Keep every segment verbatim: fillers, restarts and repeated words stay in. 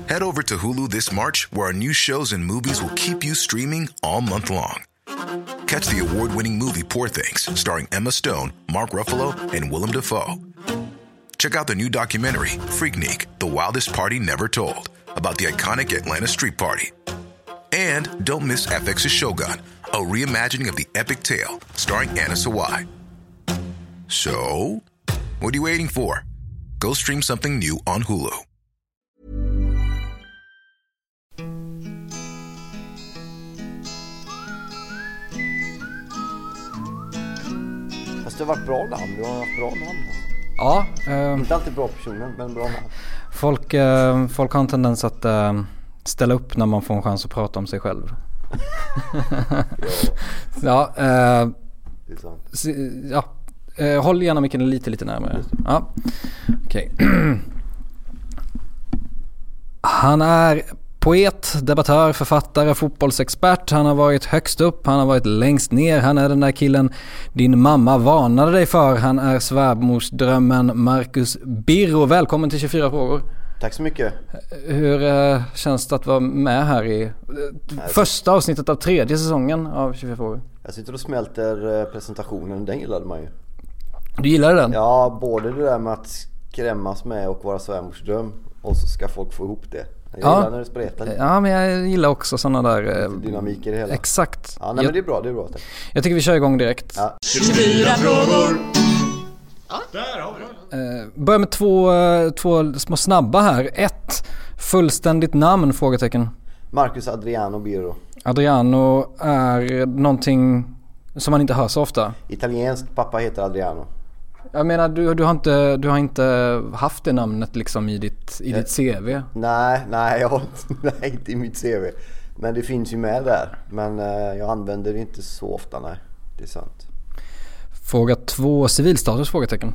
Head over to Hulu this March, where our new shows and movies will keep you streaming all month long. Catch the award-winning movie Poor Things, starring Emma Stone, Mark Ruffalo, and Willem Dafoe. Check out the new documentary, Freaknik, The Wildest Party Never Told, about the iconic Atlanta Street Party. And don't miss F X's Shogun, a reimagining of the epic tale, starring Anna Sawai. So, what are you waiting for? Go stream something new on Hulu. Fast det har varit bra namn, du har haft bra namn. Ja. Eh, Inte alltid bra personer, men bra namn. Folk, eh, folk har en tendens att eh, ställa upp när man får en chans att prata om sig själv. ja. ja eh, Det är sant. Ja. Eh, håll gärna micken lite, lite närmare. Ja. Okej. Okay. Han är poet, debattör, författare, fotbollsexpert. Han har varit högst upp, han har varit längst ner. Han är den där killen din mamma varnade dig för. Han är svärmorsdrömmen Marcus Birro. Välkommen till tjugofyra frågor. Tack så mycket. Hur eh, känns det att vara med här i eh, första avsnittet av tredje säsongen av tjugofyra frågor? Jag sitter och smälter presentationen, den gillade man ju. Du gillade den? Ja, både det där med att skrämmas med och vara svärmorsdröm, och så ska folk få ihop det. Jag gillar ja. när det spretar lite. Ja, men jag gillar också sådana där eh, dynamik i det hela. Exakt. Ja, nej, jag, men det är bra, det är bra. Tack. Jag tycker vi kör igång direkt. Ja. tjugofyra frågor. Ja. Där har vi det. Eh, börja med två, två små snabba här. Ett, fullständigt namn, frågetecken. Marcus Adriano Birro. Adriano är någonting som man inte hör så ofta. Italienskt, pappa heter Adriano. Jag menar, du, du, har, inte, du har inte haft det namnet liksom i ditt, i jag, ditt C V? Nej, nej, jag, nej, inte i mitt C V. Men det finns ju med där. Men eh, jag använder det inte så ofta, nej. Det är sant. Fråga två, civilstatus, frågetecken.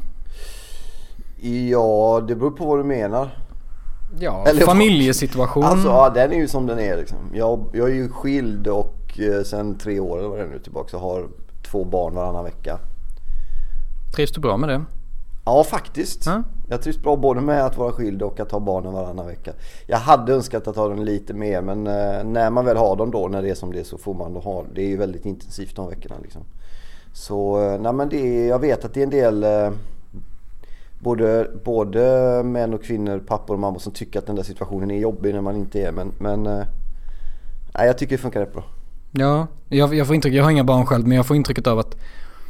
Ja, det beror på vad du menar. Ja, eller familjesituation. Alltså, ja, den är ju som den är liksom. Jag, jag är ju skild och eh, sen tre år eller vad det är nu tillbaka så har två barn varannan vecka. Trivs du bra med det? Ja, faktiskt. Mm. Jag trivs bra både med att vara skild och att ha barnen varannan vecka. Jag hade önskat att ha den lite mer, men eh, när man väl har dem då, när det är som det är, så får man då ha. Det är ju väldigt intensivt de veckorna liksom. Så, eh, nej men det är, jag vet att det är en del... Eh, Både, både män och kvinnor, pappor och mammor som tycker att den där situationen är jobbig när man inte är. Men, men nej, jag tycker det funkar rätt bra. Ja, jag, jag får intryck, jag har inga barn själv, men jag får intrycket av att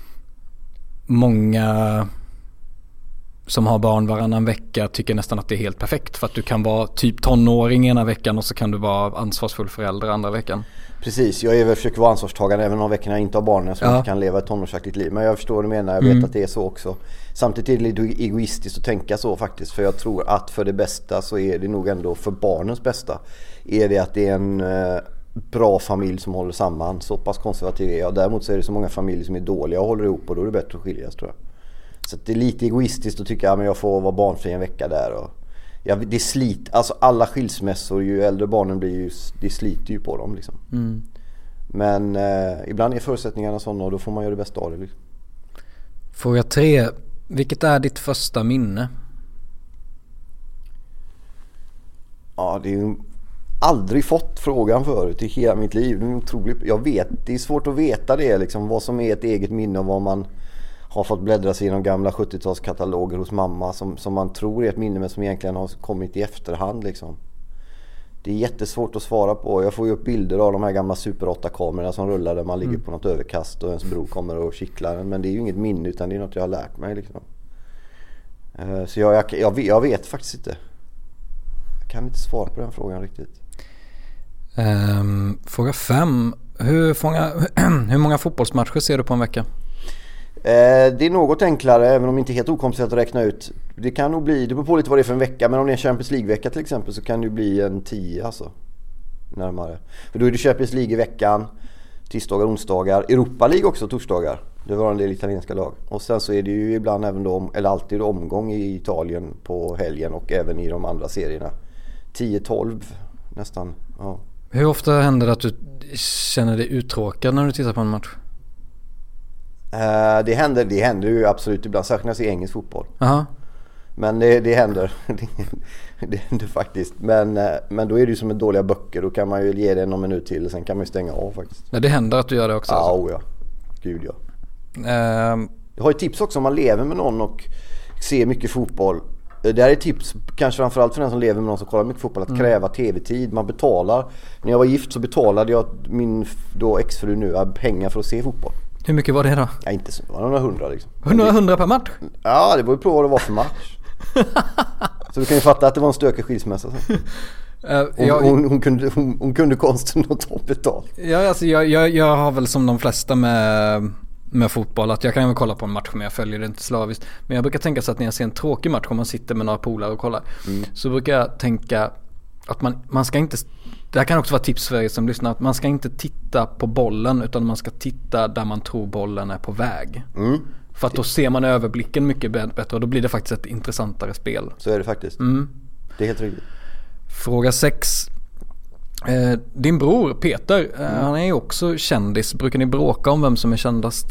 många som har barn varannan vecka tycker nästan att det är helt perfekt. För att du kan vara typ tonåring ena veckan och så kan du vara ansvarsfull förälder andra veckan. Precis, jag är väl försöker vara ansvarstagande även om veckorna jag inte har barnen så ja. Jag inte kan leva ett tonårsaktigt liv. Men jag förstår vad du menar, jag vet mm. att det är så också. Samtidigt är det lite egoistiskt att tänka så faktiskt. För jag tror att för det bästa så är det nog ändå för barnens bästa. Är det att det är en eh, bra familj som håller samman. Så pass konservativ är jag. Däremot så är det så många familjer som är dåliga och håller ihop och då är det bättre att skiljas tror jag. Så att det är lite egoistiskt att tycka att ja, jag får vara barnfri en vecka där och ja, det slit, alltså alla skilsmässor, ju äldre barnen blir ju, det sliter ju på dem liksom. Mm. Men eh, ibland är förutsättningarna sådana och då får man göra det bästa av det liksom. Fråga tre, vilket är ditt första minne? Ja, det är ju aldrig fått frågan förut i hela mitt liv. Det är otroligt, jag vet, det är svårt att veta det liksom, vad som är ett eget minne och vad man har fått bläddra sig igenom gamla sjuttiotalskataloger hos mamma som, som man tror är ett minne men som egentligen har kommit i efterhand liksom. Det är jättesvårt att svara på. Jag får ju upp bilder av de här gamla Super åtta-kamerorna som rullar där man ligger mm. på något överkast och ens bror kommer och kittlar den. Men det är ju inget minne utan det är något jag har lärt mig liksom. Uh, så jag, jag, jag, jag vet faktiskt inte. Jag kan inte svara på den frågan riktigt. Um, fråga fem. Hur, fånga, hur många fotbollsmatcher ser du på en vecka? Det är något enklare, även om det inte är helt okomplicerat att räkna ut. Det kan nog bli, det beror på lite vad det är för en vecka. Men om det är en Champions League-vecka till exempel så kan det bli en tio alltså. Närmare. För då är det Champions League i veckan, tisdagar, onsdagar. Europa League också torsdagar. Det var en del italienska lag. Och sen så är det ju ibland även då, eller alltid omgång i Italien på helgen och även i de andra serierna. tio tolv nästan, ja. Hur ofta händer det att du känner dig uttråkad när du tittar på en match? Uh, det händer, det händer ju absolut ibland, särskilt när jag ser engelsk fotboll. Aha. Men det, det händer. Det händer faktiskt. Men, men då är det ju som med dåliga böcker. Då kan man ju ge det någon minut till. Sen kan man ju stänga av faktiskt. Ja, det händer att du gör det också. Ja, alltså. oh ja. Gud ja. Um... Jag har ett tips också om man lever med någon och ser mycket fotboll. Det här är ett tips kanske framförallt för den som lever med någon som kollar mycket fotboll. Att mm. kräva tv-tid. Man betalar. När jag var gift så betalade jag min då exfru nu pengar för att se fotboll. Hur mycket var det då? Ja, inte så. Det var några hundra liksom. Några hundra per match? Ja, det var ju på vad det var för match. Så du kan ju fatta att det var en stökig skilsmässa. Så. Hon, jag, hon, hon, kunde, hon, hon kunde konsten att ta betalt. Ja, alltså jag, jag, jag har väl som de flesta med, med fotboll att jag kan väl kolla på en match men jag följer det inte slaviskt. Men jag brukar tänka så att när jag ser en tråkig match om man sitter med några polare och kollar mm. så brukar jag tänka att man, man ska inte, det här kan också vara tips för er som lyssnar, att man ska inte titta på bollen utan man ska titta där man tror bollen är på väg. Mm. För att då ser man överblicken mycket bättre och då blir det faktiskt ett intressantare spel. Så är det faktiskt. Mm. Det är helt riktigt. Fråga sex. Eh, din bror Peter, eh, mm. han är ju också kändis. Brukar ni bråka om vem som är kändast?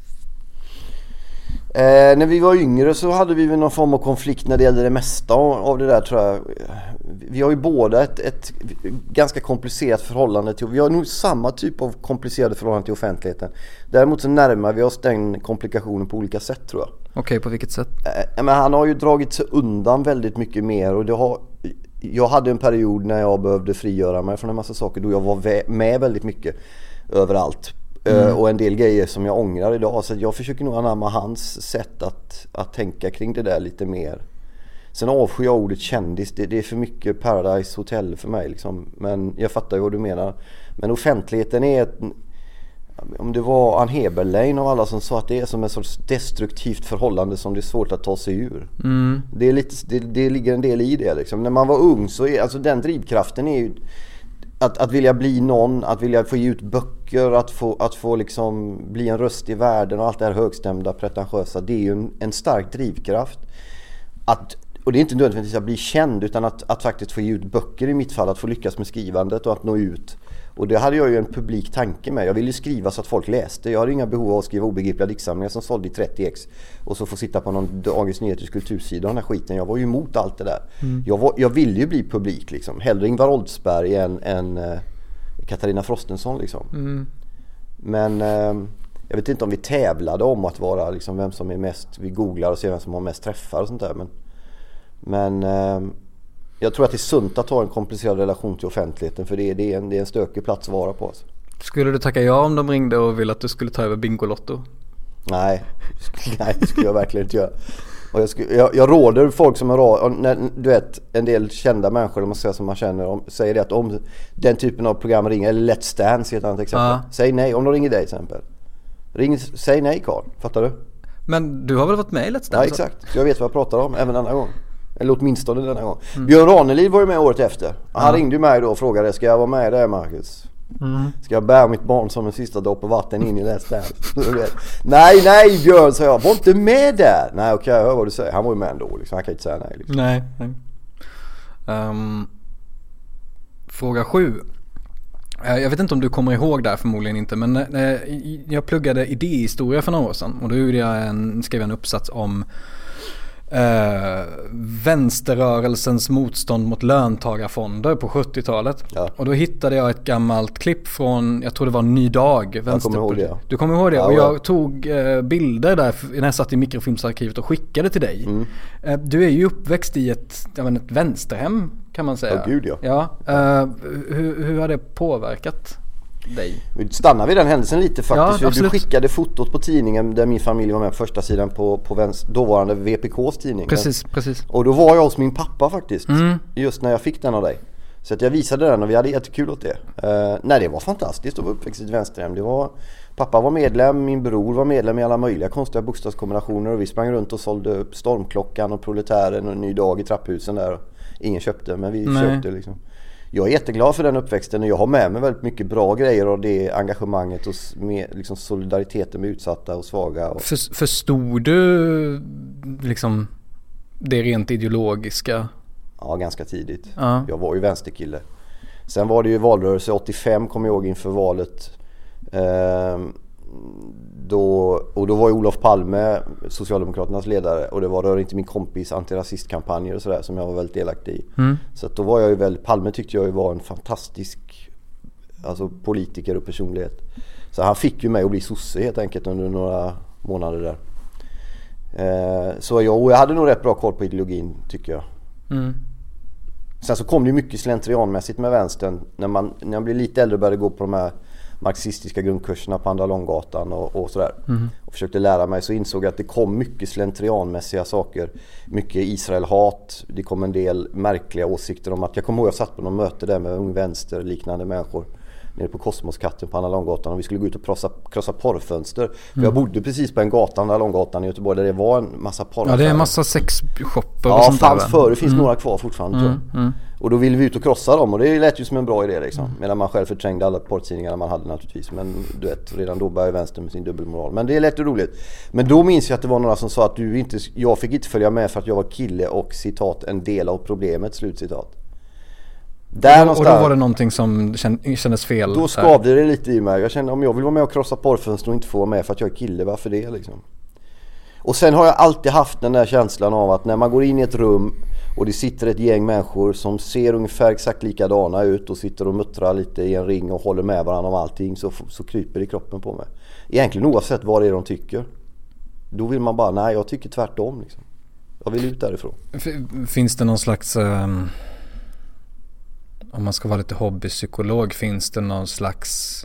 Eh, när vi var yngre så hade vi väl någon form av konflikt när det gällde det mesta av det där tror jag. Vi har ju båda ett, ett ganska komplicerat förhållande till, vi har nog samma typ av komplicerade förhållande till offentligheten. Däremot så närmar vi oss den komplikationen på olika sätt tror jag. Okej, okay, på vilket sätt? Eh, men han har ju dragit sig undan väldigt mycket mer och det har, jag hade en period när jag behövde frigöra mig från en massa saker då jag var med väldigt mycket överallt. Mm. Och en del grejer som jag ångrar idag. Så jag försöker nog anamma hans sätt att, att tänka kring det där lite mer. Sen avskyr jag ordet kändis. Det, det är för mycket Paradise Hotel för mig liksom. Men jag fattar ju vad du menar. Men offentligheten är ett, om det var Ann Heberlein av alla som sa att det är som ett sorts destruktivt förhållande som det är svårt att ta sig ur. Mm. Det, är lite, det, det ligger en del i det liksom. När man var ung så är alltså den drivkraften är ju Att, att vilja bli någon, att vilja få ge ut böcker, att få, att få liksom bli en röst i världen och allt det här högstämda, pretentiösa, det är ju en, en stark drivkraft. Att, och det är inte nödvändigtvis att bli känd utan att, att faktiskt få ge ut böcker i mitt fall, att få lyckas med skrivandet och att nå ut. Och det hade jag ju en publik tanke med. Jag ville ju skriva så att folk läste. Jag hade inga behov av att skriva obegripliga diktsamlingar som sålde i trettio ex och så få sitta på någon Dagens Nyheters kultursida och den här skiten. Jag var ju emot allt det där. Mm. Jag, var, jag ville ju bli publik liksom. Hellre Ingvar Oldsberg än, än uh, Katarina Frostenson liksom. Mm. Men uh, jag vet inte om vi tävlade om att vara liksom, vem som är mest, vi googlar och ser vem som har mest träffar och sånt där. Men, men uh, jag tror att det är sunt att ha en komplicerad relation till offentligheten för det är, det är, en, det är en stökig plats att vara på. Alltså. Skulle du tacka ja om de ringde och ville att du skulle ta över Bingolotto? Nej, nej det skulle jag verkligen inte göra. Och jag, skulle, jag, jag råder folk som är när, du vet, en del kända människor man säger, som man känner om, säger det att om den typen av program ringer, eller Let's Dance är ett annat exempel. Ja. Säg nej, om de ringer dig till exempel. Ring, säg nej Carl, fattar du? Men du har väl varit med i Let's Dance? Ja, exakt. Så jag vet vad jag pratar om, även denna gång. Eller åtminstone denna gång. Mm. Björn Ranelid var ju med året efter. Han ja. ringde mig då och frågade, ska jag vara med där Marcus? Mm. Ska jag bära mitt barn som en sista droppe på vatten in i Let's Dance? nej, nej Björn, sa jag. Var inte med där. Nej, okej, okay, jag hör vad du säger. Han var ju med ändå, liksom. Han kan inte säga nej. Liksom. Nej. nej. Um, fråga sju. Jag vet inte om du kommer ihåg där, förmodligen inte. Men eh, jag pluggade idéhistoria för några år sedan. Och då gjorde jag en, skrev jag en uppsats om Uh, vänsterrörelsens motstånd mot löntagarfonder på sjuttiotalet. Ja. Och då hittade jag ett gammalt klipp från, jag tror det var Ny Dag. Jag kommer ihåg det. Ja. Du kommer ihåg det? Ja, och jag ja. tog uh, bilder där när jag satt i mikrofilmsarkivet och skickade till dig. Mm. Uh, du är ju uppväxt i ett, jag vet, ett vänsterhem kan man säga. Ja, gud ja. ja. Uh, hur, hur har det påverkat dig? Vi stannar vid den händelsen lite faktiskt. Ja, du skickade fotot på tidningen där min familj var med på första sidan på, på vänster, dåvarande V P K:s tidning. Precis, precis. Och då var jag hos min pappa faktiskt. Mm. Just när jag fick den av dig. Så att jag visade den och vi hade jättekul åt det. Uh, nej, det var fantastiskt att vara uppväxt i ett vänsterhem. Det var, pappa var medlem, min bror var medlem i alla möjliga konstiga bokstavskombinationer. Och vi sprang runt och sålde Stormklockan och Proletären och Ny Dag i trapphusen där. Ingen köpte, men vi nej. köpte liksom. Jag är jätteglad för den uppväxten och jag har med mig väldigt mycket bra grejer och det engagemanget och med, liksom solidariteten med utsatta och svaga. Och... För, förstod du liksom det rent ideologiska? Ja, ganska tidigt. Ja. Jag var ju vänsterkille. Sen var det ju valrörelse åttiofem, kommer jag ihåg, inför valet. Eh, då, och då var ju Olof Palme Socialdemokraternas ledare, och det var Rör inte min kompis antirasistkampanjer och sådär som jag var väldigt delaktig i. Mm. Så att då var jag ju väldigt, Palme tyckte jag ju var en fantastisk alltså politiker och personlighet. Så han fick ju mig att bli sosse helt enkelt under några månader där. Eh, så jag, och jag hade nog rätt bra koll på ideologin tycker jag. Mm. Sen så kom det ju mycket slentrianmässigt med vänstern när man, när man blev lite äldre och började gå på de här marxistiska grundkurserna på Andra Långgatan och, och sådär. Mm. Och försökte lära mig, så insåg jag att det kom mycket slentrianmässiga saker. Mycket Israel-hat. Det kom en del märkliga åsikter om att, jag kommer ihåg jag satt på någon möte där med Ung Vänster liknande människor nere på Kosmoskatten på Andra Långgatan, och vi skulle gå ut och krossa, krossa porrfönster. För mm. jag bodde precis på en gata, Andra Långgatan i Göteborg, där det var en massa porr. Ja, det är en massa sexshopper och ja, sånt där. Ja, fanns förr. Det finns mm. några kvar fortfarande mm. tror jag. Mm. Och då ville vi ut och krossa dem, och det lät ju som en bra idé liksom. Mm. Medan man själv förträngde alla porrtidningar man hade naturligtvis. Men du vet, redan då började vänster med sin dubbelmoral. Men det är lätt och roligt. Men då minns jag att det var några som sa att du inte, jag fick inte följa med för att jag var kille och citat en del av problemet, slutcitat. Där och, och då var det någonting som kändes fel. Då skavde det lite i mig. Jag kände om jag vill vara med och krossa porrfönster och inte få vara med för att jag är kille, varför det liksom? Och sen har jag alltid haft den där känslan av att när man går in i ett rum och det sitter ett gäng människor som ser ungefär exakt likadana ut och sitter och muttrar lite i en ring och håller med varandra om allting, så, så kryper det i kroppen på mig. Egentligen oavsett vad det är de tycker. Då vill man bara, nej jag tycker tvärtom liksom. Jag vill ut därifrån. Finns det någon slags... Um... Om man ska vara lite hobbypsykolog, finns det någon slags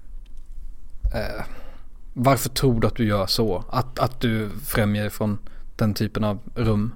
eh, varför tror du att du gör så? Att, att du främjar från den typen av rum?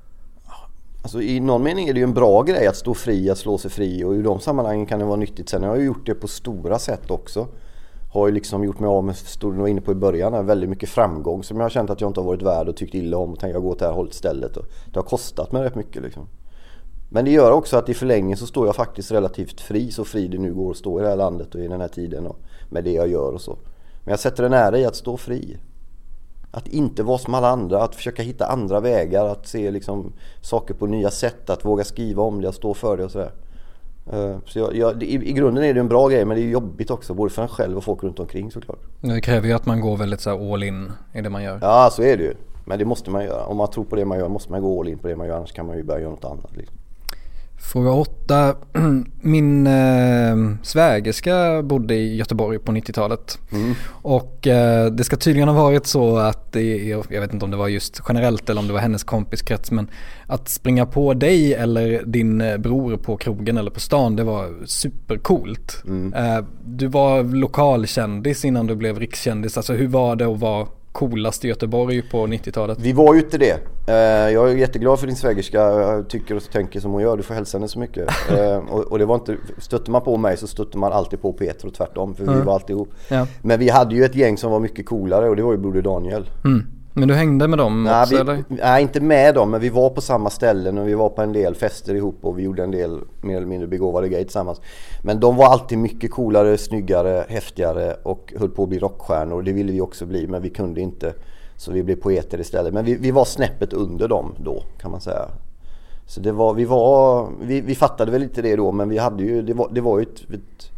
Alltså i någon mening är det ju en bra grej att stå fri, att slå sig fri, och i de sammanhangen kan det vara nyttigt. Sen har jag gjort det på stora sätt också. Har ju liksom gjort mig av med, stod jag inne på i början, väldigt mycket framgång som jag har känt att jag inte har varit värd och tyckt illa om och tänkt jag går åt det här hållet istället. Och det har kostat mig rätt mycket liksom. Men det gör också att i förlängningen så står jag faktiskt relativt fri, så fri det nu går att stå i det här landet och i den här tiden och med det jag gör och så. Men jag sätter en ära i att stå fri. Att inte vara som alla andra, att försöka hitta andra vägar, att se liksom saker på nya sätt, att våga skriva om det och stå för det och sådär. Så jag, jag, i, i grunden är det en bra grej, men det är jobbigt också, både för en själv och folk runt omkring såklart. Det kräver ju att man går väldigt så här all in i det man gör. Ja, så är det ju. Men det måste man göra. Om man tror på det man gör måste man gå all in på det man gör, annars kan man ju börja göra något annat liksom. Fråga åtta. Min eh, svägerska bodde i Göteborg på nittiotalet. Mm. Och eh, det ska tydligen ha varit så att det, jag vet inte om det var just generellt eller om det var hennes kompiskrets, men att springa på dig eller din bror på krogen eller på stan, det var supercoolt. Mm. Eh, du var lokalkändis innan du blev rikskändis. Alltså hur var det att vara coolast i Göteborg på nittiotalet? Jag var ju inte det. Jag är jätteglad för din svägerska. Jag tycker och tänker som hon gör. Du får hälsa henne så mycket. Och det var inte, stötte man på mig så stötte man alltid på Peter och tvärtom. För mm. vi var alltid ihop. Ja. Men vi hade ju ett gäng som var mycket coolare, och det var ju Broder Daniel. Mm. Men du hängde med dem nej, också vi, eller? Nej, inte med dem, men vi var på samma ställen och vi var på en del fester ihop och vi gjorde en del mer eller mindre begåvade grejer tillsammans. Men de var alltid mycket coolare, snyggare, häftigare och höll på att bli rockstjärnor, och det ville vi också bli, men vi kunde inte, så vi blev poeter istället. Men vi, vi var snäppet under dem då, kan man säga. Så det var, vi var, vi, vi fattade väl inte det då, men vi hade ju, det var, det var ju ett, ett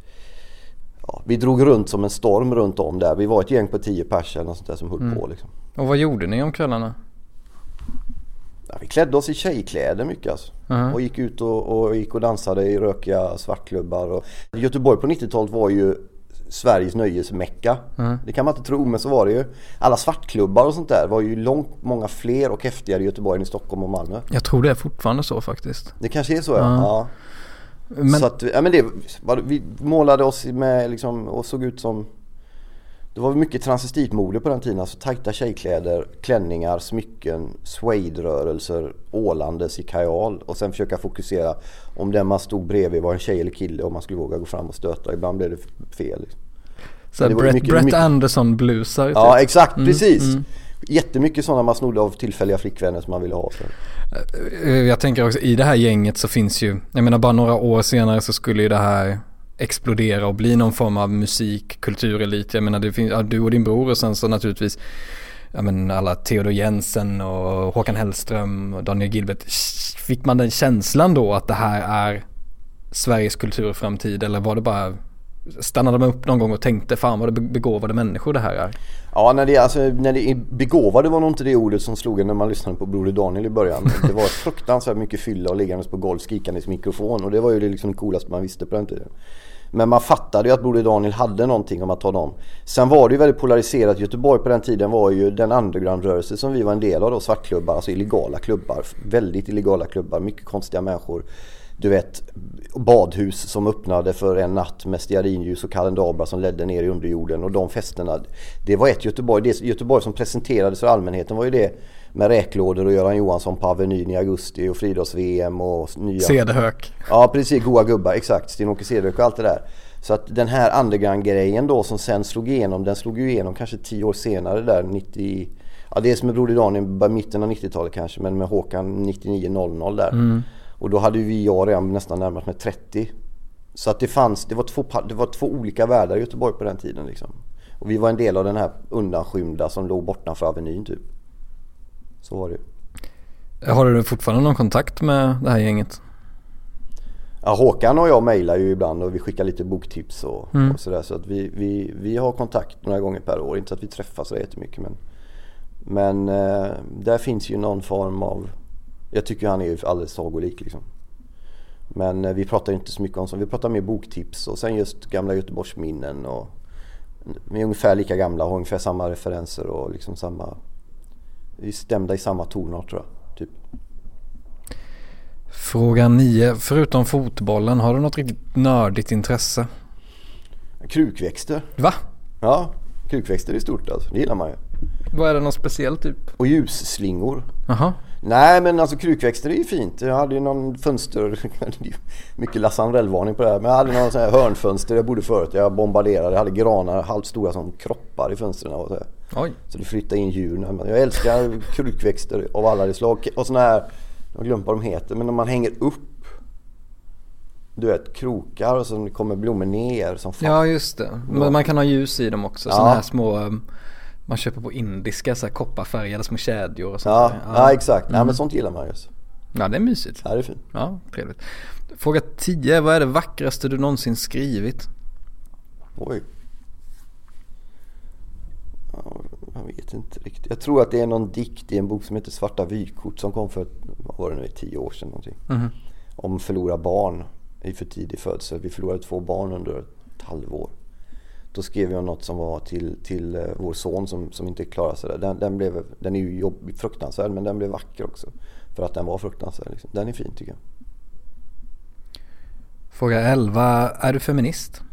ja, vi drog runt som en storm runt om där. Vi var ett gäng på tio pers eller något sånt där som höll mm. på liksom. Och vad gjorde ni om kvällarna? Ja, vi klädde oss i tjejkläder mycket alltså. Uh-huh. Och gick ut och, och gick och dansade i rökiga svartklubbar. Och Göteborg på nittiotalet var ju Sveriges nöjesmecka. Uh-huh. Det kan man inte tro, men så var det ju. Alla svartklubbar och sånt där var ju långt många fler och häftigare i Göteborg än i Stockholm och Malmö. Jag tror det är fortfarande så faktiskt. Det kanske är så, ja. Uh-huh. ja. Men... Så att, ja men det, vi målade oss med liksom, och såg ut som, det var mycket transvestitmode på den tiden, alltså tajta tjejkläder, klänningar, smycken, suede-rörelser, ålandes i kajal, och sen försöka fokusera om den man stod bredvid var en tjej eller kille, och man skulle våga gå fram och stöta. Ibland blev det fel liksom. Så det Brett, mycket, Brett mycket... Anderson blusar typ. Ja exakt, mm, precis mm. Jättemycket sådana man snodde av tillfälliga flickvänner som man ville ha så. Jag tänker också, i det här gänget så finns ju, jag menar bara några år senare så skulle ju det här explodera och bli någon form av musik, kulturelit. Jag menar det finns, ja, du och din bror, och sen så naturligtvis jag menar, alla Theodor Jensen och Håkan Hellström och Daniel Gilbert. Fick man den känslan då att det här är Sveriges kulturframtid, eller var det bara Stannade man upp någon gång och tänkte fan vad det begåvade människor det här är? Ja, när det, alltså, när det begåvade var nog inte det ordet som slog en när man lyssnade på Broder Daniel i början. Det var fruktansvärt mycket fylla och liggandes på golv skrikandes mikrofon, och det var ju det liksom coolaste man visste på den tiden. Men man fattade ju att Broder Daniel hade någonting om att ta dem. Sen var det ju väldigt polariserat. Göteborg på den tiden var ju den underground-rörelse som vi var en del av då, svartklubbar, alltså illegala klubbar, väldigt illegala klubbar, mycket konstiga människor. Du vet, badhus som öppnade för en natt med stearinljus och kalendabrar som ledde ner i underjorden, och de festerna, det var ett Göteborg. Det Göteborg som presenterades för allmänheten var ju det med räklådor och Göran Johansson på Avenyn i augusti och friidrotts-V M och nya... Cederhök. Ja, precis, goa gubbar, exakt, Sten-Åke Cederhök och allt det där. Så att den här underground-grejen då som sen slog igenom, den slog ju igenom kanske tio år senare där, nittio... Ja, det är som med Broder Daniel, mitten av nittiotalet kanske, men med Håkan nittionio noll noll där. Mm. Och då hade vi jag redan nästan närmast med trettio. Så att det fanns, det var två, det var två olika världar i Göteborg på den tiden liksom. Och vi var en del av den här undanskymda som låg bortanför Avenyn typ. Så var det. Har du fortfarande någon kontakt med det här gänget? Ja, Håkan och jag mejlar ju ibland och vi skickar lite boktips och, mm. och sådär. Så att vi, vi, vi har kontakt några gånger per år. Inte så att vi träffas så jättemycket, men, men eh, där finns ju någon form av... Jag tycker han är ju alldeles sagolik liksom. Men eh, vi pratar inte så mycket om så. Vi pratar mer boktips och sen just gamla Göteborgsminnen. Och, vi är ungefär lika gamla och har ungefär samma referenser och liksom samma... Vi är stämda i samma tonart tror jag, typ. Fråga nio. Förutom fotbollen, har du något riktigt nördigt intresse? Krukväxter. Va? Ja, krukväxter är stort alltså. Det gillar man ju. Vad är det något speciellt typ? Och ljusslingor. Aha. Nej, men alltså krukväxter är ju fint. Jag hade ju någon fönster, mycket Lasse Andrell-varning på det här, men jag hade någon sån här hörnfönster jag bodde förut. Jag bombarderade, jag hade granar halvt stora som kroppar i fönstren och så här. Oj. Så det flyttade in djur. Jag älskar krukväxter av alla de slag. Och såna här, jag glömmer vad de heter, men när man hänger upp, du vet, krokar och så kommer blommor ner som fan. Ja, just det. Men man kan ha ljus i dem också. Ja. Såna här små, man köper på indiska så här kopparfärgade små kedjor och sånt. Ja, ja. ja, exakt. Mm. Ja, men sånt gillar man just. Ja, det är mysigt. Ja, det är fint. Ja, trevligt. Fråga tio. Vad är det vackraste du någonsin skrivit? Oj. Jag vet inte riktigt. Jag tror att det är någon dikt i en bok som heter Svarta vykort som kom för, vad var det nu, tio år sedan någonting. Mm. Om förlora barn i för tidig födsel. Vi förlorade två barn under ett halvår. Då skrev jag något som var till, till uh, vår son som, som inte klarade sig där. Den, den, blev, den är ju jobb, fruktansvärd, men den blev vacker också. För att den var fruktansvärd. Liksom. Den är fin tycker jag. Fråga elva. Är du feminist?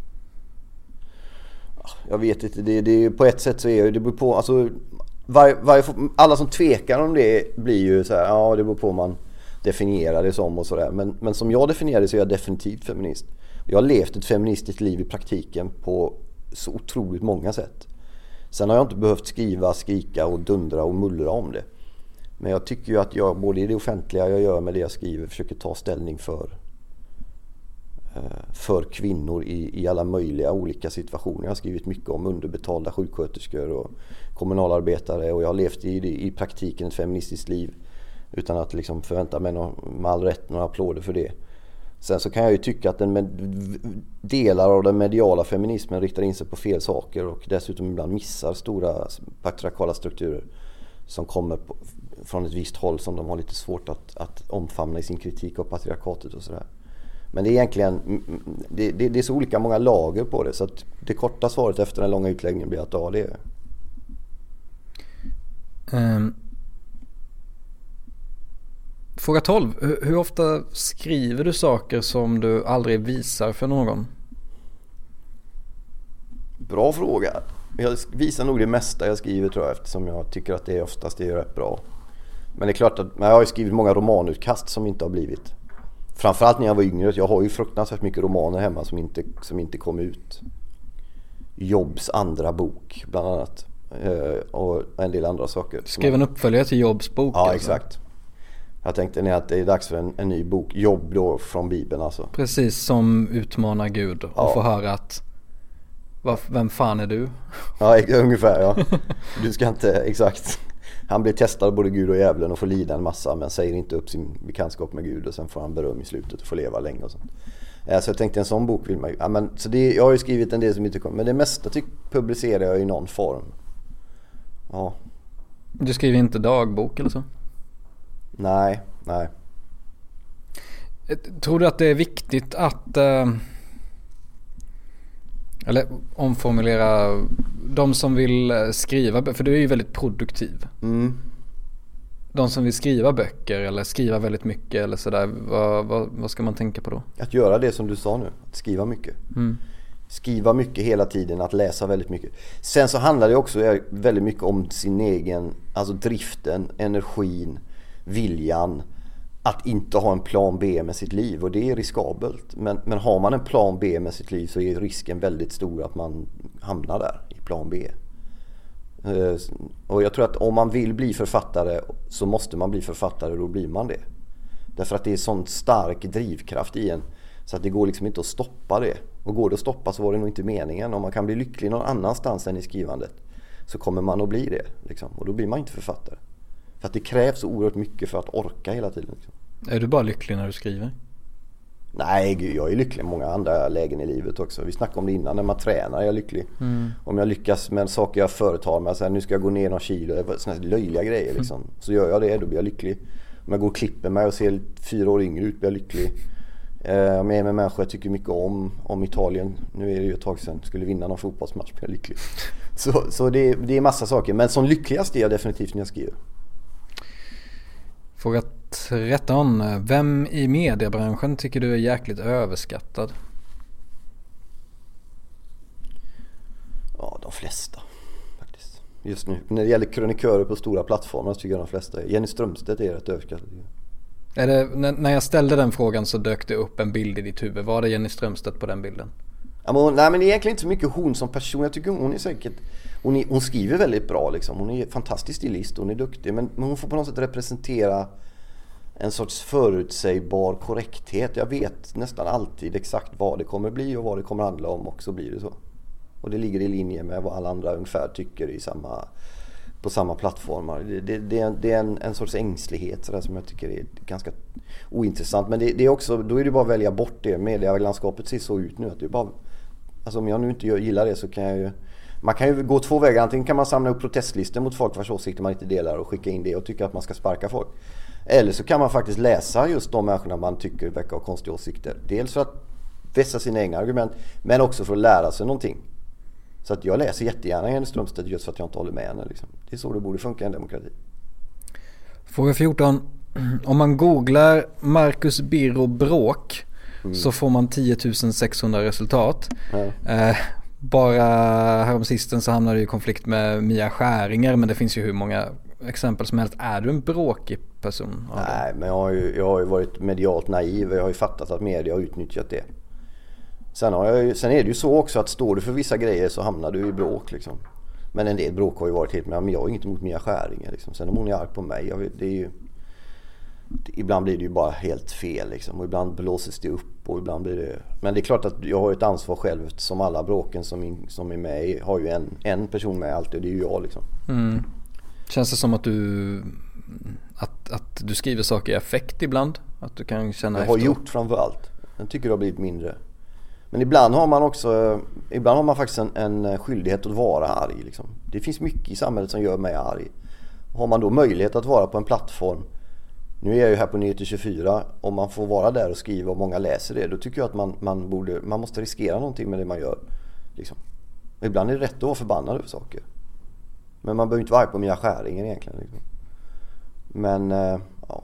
Jag vet inte. Det, det, på ett sätt så är det, det beror på. Alltså, var, var, alla som tvekar om det blir ju så här, ja det beror på om man definierar det som och sådär. Men, men som jag definierar det så är jag definitivt feminist. Jag har levt ett feministiskt liv i praktiken på så otroligt många sätt. Sen har jag inte behövt skriva, skrika och dundra och mullra om det. Men jag tycker ju att jag, både i det offentliga jag gör med det jag skriver, försöker ta ställning för för kvinnor i, i alla möjliga olika situationer. Jag har skrivit mycket om underbetalda sjuksköterskor och kommunalarbetare, och jag har levt i, i praktiken ett feministiskt liv utan att liksom förvänta mig någon, med all rätt några applåder för det. Sen så kan jag ju tycka att den med, delar av den mediala feminismen riktar in sig på fel saker och dessutom ibland missar stora patriarkala strukturer som kommer på, från ett visst håll som de har lite svårt att, att omfamna i sin kritik av patriarkatet och sådär. Men det är egentligen det, det, det är så olika många lager på det, så att det korta svaret efter den långa utläggningen blir att ja, det är um, Fråga tolv. Hur, hur ofta skriver du saker som du aldrig visar för någon? Bra fråga. Jag visar nog det mesta jag skriver tror jag, eftersom jag tycker att det oftast det är rätt bra. Men det är klart att jag har skrivit många romanutkast som inte har blivit. Framförallt när jag var yngre. Jag har ju fruktansvärt mycket romaner hemma som inte, som inte kom ut. Jobs andra bok bland annat. Och en del andra saker. Skrev en uppföljare till Jobs bok? Ja, alltså. Exakt. Jag tänkte att det är dags för en, en ny bok. Jobb då från Bibeln alltså. Precis, som utmanar Gud och ja. Får höra att vem fan är du? Ja, ungefär ja. Du ska inte, exakt. Han blir testad både Gud och djävulen och får lida en massa, men säger inte upp sin bekantskap med Gud, och sen får han beröm i slutet och får leva länge och sånt. Så jag tänkte en sån bok vill man ju. Ja, men, så det, jag har ju skrivit en del som inte kommer. Men det mesta tyck, publicerar jag i någon form. Ja. Du skriver inte dagbok eller så? Nej, nej. Tror du att det är viktigt att eh, eller omformulera de som vill skriva, för du är ju väldigt produktiv. Mm. De som vill skriva böcker eller skriva väldigt mycket eller sådär, vad, vad, vad ska man tänka på då? Att göra det som du sa nu, att skriva mycket. Mm. Skriva mycket hela tiden, att läsa väldigt mycket. Sen så handlar det också väldigt mycket om sin egen, alltså driften, energin, viljan. Att inte ha en plan B med sitt liv, och det är riskabelt. Men, men har man en plan B med sitt liv så är risken väldigt stor att man hamnar där i plan B. Och jag tror att om man vill bli författare så måste man bli författare, och då blir man det. Därför att det är sån stark drivkraft i en, så att det går liksom inte att stoppa det. Och går det att stoppa så var det nog inte meningen. Om man kan bli lycklig någon annanstans än i skrivandet så kommer man att bli det liksom. Och då blir man inte författare. För att det krävs så oerhört mycket för att orka hela tiden liksom. Är du bara lycklig när du skriver? Nej, jag är lycklig i många andra lägen i livet också. Vi snackade om det innan, när man tränar är jag lycklig. Mm. Om jag lyckas med saker jag företar mig, så här, nu ska jag gå ner några kilo, sådana här löjliga grejer liksom. Mm. Så gör jag det, då blir jag lycklig. Om jag går och klipper mig och ser fyra år yngre ut, blir jag lycklig. Eh, om jag är med människor jag tycker mycket om, om Italien, nu är det ju ett tag sedan, skulle vinna någon fotbollsmatch, blir jag lycklig. Så, så det, det är massa saker, men som lyckligast är jag definitivt när jag skriver. Fråga tretton. Vem i mediebranschen tycker du är jäkligt överskattad? Ja, de flesta faktiskt. Just nu. När det gäller krönikörer på stora plattformar så tycker jag de flesta är. Jenny Strömstedt är rätt överskattad. Är det, när, när jag ställde den frågan så dök det upp en bild i ditt huvud. Var det Jenny Strömstedt på den bilden? Ja, men hon, nej, men det är egentligen inte så mycket hon som person. Jag tycker hon är säkert... Hon, är, hon skriver väldigt bra liksom. Hon är fantastisk stilist, hon är duktig. Men, men hon får på något sätt representera en sorts förutsägbar korrekthet. Jag vet nästan alltid exakt vad det kommer bli och vad det kommer handla om, och så blir det så. Och det ligger i linje med vad alla andra ungefär tycker i samma, på samma plattformar. Det, det, det är, det är en, en sorts ängslighet så där, som jag tycker är ganska ointressant. Men det, det är också, då är det bara att välja bort det. Medielandskapet ser så ut nu att det är bara... Alltså om jag nu inte gillar det så kan jag ju... Man kan ju gå två vägar. Antingen kan man samla upp protestlistor mot folk vars åsikter man inte delar och skicka in det och tycka att man ska sparka folk. Eller så kan man faktiskt läsa just de människorna man tycker verkar ha konstiga åsikter. Dels för att vässa sina egna argument, men också för att lära sig någonting. Så att jag läser jättegärna Jenny Strömstedt just för att jag inte håller med henne. Liksom. Det är så det borde funka i en demokrati. Fråga fjorton. Om man googlar Marcus Birro bråk mm. så får man tio tusen sexhundra resultat. Mm. Eh, bara häromsisten så hamnade du i konflikt med Mia Skäringer, men det finns ju hur många exempel som helst. Är du en bråkig person? Nej, men jag har, ju, jag har ju varit medialt naiv. Jag har ju fattat att media har utnyttjat det. Sen, har jag ju, sen är det ju så också att står du för vissa grejer så hamnar du i bråk liksom. Men en del bråk har ju varit helt med. Men jag har inget emot Mia Skäringer liksom. Sen om hon är arg på mig, jag vet, det är ju... Ibland blir det ju bara helt fel liksom. Och ibland blåses det upp och ibland blir det... Men det är klart att jag har ett ansvar själv. Som alla bråken som, in, som är med har ju en, en person med alltid, och det är ju jag liksom. Mm. Känns det som att du att, att du skriver saker i affekt ibland? Att du kan känna jag har efter? gjort framförallt. Jag tycker det har blivit mindre. Men ibland har man också... Ibland har man faktiskt en, en skyldighet att vara arg liksom. Det finns mycket i samhället som gör mig arg. Har man då möjlighet att vara på en plattform... Nu är jag ju här på Nyheter tjugofyra. Om man får vara där och skriva och många läser det, då tycker jag att man, man, borde, man måste riskera någonting med det man gör. Liksom. Ibland är det rätt att vara förbannad över saker. Men man behöver inte vara arg på Mia Skäringer egentligen. Liksom. Men ja,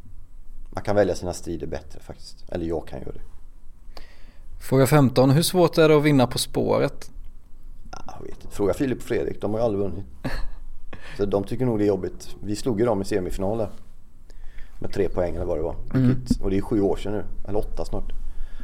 man kan välja sina strider bättre faktiskt. Eller jag kan göra det. Fråga femton. Hur svårt är det att vinna På spåret? Jag vet inte. Fråga Filip och Fredrik. De har ju aldrig vunnit. Så de tycker nog det är jobbigt. Vi slog ju dem i semifinaler. Med tre poäng eller vad det var. Mm. Och det är sju år sedan nu. Eller åtta snart.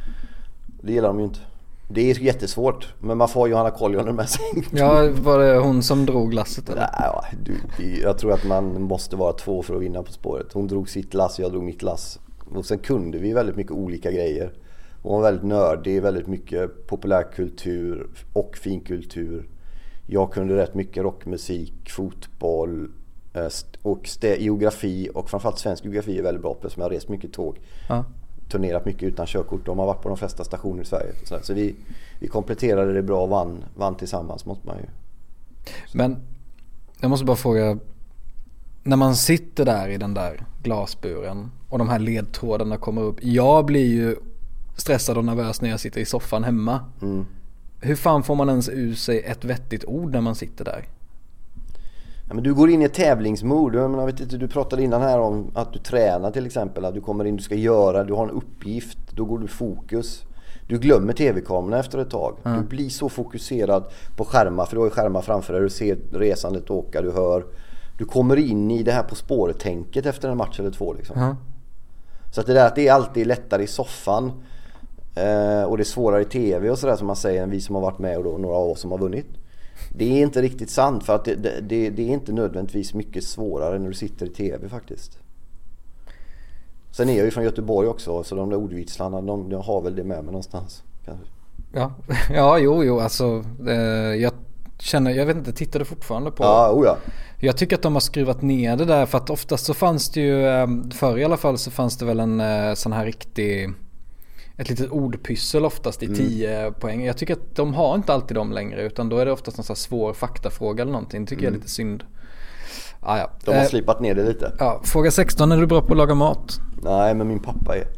Det gillar de ju inte. Det är jättesvårt. Men man får Johanna Koljonen med sig. Ja, var det hon som drog lasset eller? Nej, du, det, jag tror att man måste vara två för att vinna På spåret. Hon drog sitt lass och jag drog mitt lass. Och sen kunde vi väldigt mycket olika grejer. Hon var väldigt nördig. Väldigt mycket populärkultur och finkultur. Jag kunde rätt mycket rockmusik, fotboll... och st- geografi, och framförallt svensk geografi är väldigt bra på, som jag har rest mycket tåg. Ja. turnerat mycket utan körkort. De har varit på de flesta stationer i Sverige. Så, så vi, vi kompletterade det bra och vann, vann tillsammans, måste man ju. Men jag måste bara fråga, när man sitter där i den där glasburen och de här ledtrådarna kommer upp. Jag blir ju stressad och nervös när jag sitter i soffan hemma. Mm. Hur fan får man ens ur sig ett vettigt ord när man sitter där? Ja, men du går in i ett tävlingsmod. Jag menar, vet inte, du pratade innan här om att du tränar till exempel. Att du kommer in, du ska göra, du har en uppgift. Då går du fokus. Du glömmer tv-kamerorna efter ett tag. Mm. Du blir så fokuserad på skärmar. För du har ju skärmar framför dig. Du ser resandet åka, du hör. Du kommer in i det här På spåret-tänket efter en match eller två liksom. Mm. Så att det där att det är alltid lättare i soffan. Eh, och det är svårare i tv och sådär som man säger. Än vi som har varit med och då några av oss som har vunnit. Det är inte riktigt sant, för att det, det, det är inte nödvändigtvis mycket svårare när du sitter i tv faktiskt. Sen är jag ju från Göteborg också, så de där ordvitslarna, de, de har väl det med mig någonstans kanske. Ja, ja jo, jo, alltså eh, jag känner, jag vet inte, tittar du fortfarande på? Ja, oh ja. Jag tycker att de har skruvat ner det där, för att oftast så fanns det ju, eh, förr i alla fall så fanns det väl en eh, sån här riktig... ett litet ordpyssel oftast i mm. tio poäng. Jag tycker att de har inte alltid dem längre, utan då är det oftast en sån här svår faktafråga eller någonting. Det tycker mm. jag är lite synd. Ah, ja. De har eh, slipat ner det lite. Ja, fråga sexton, är du bra på att laga mat? Nej, men min pappa är.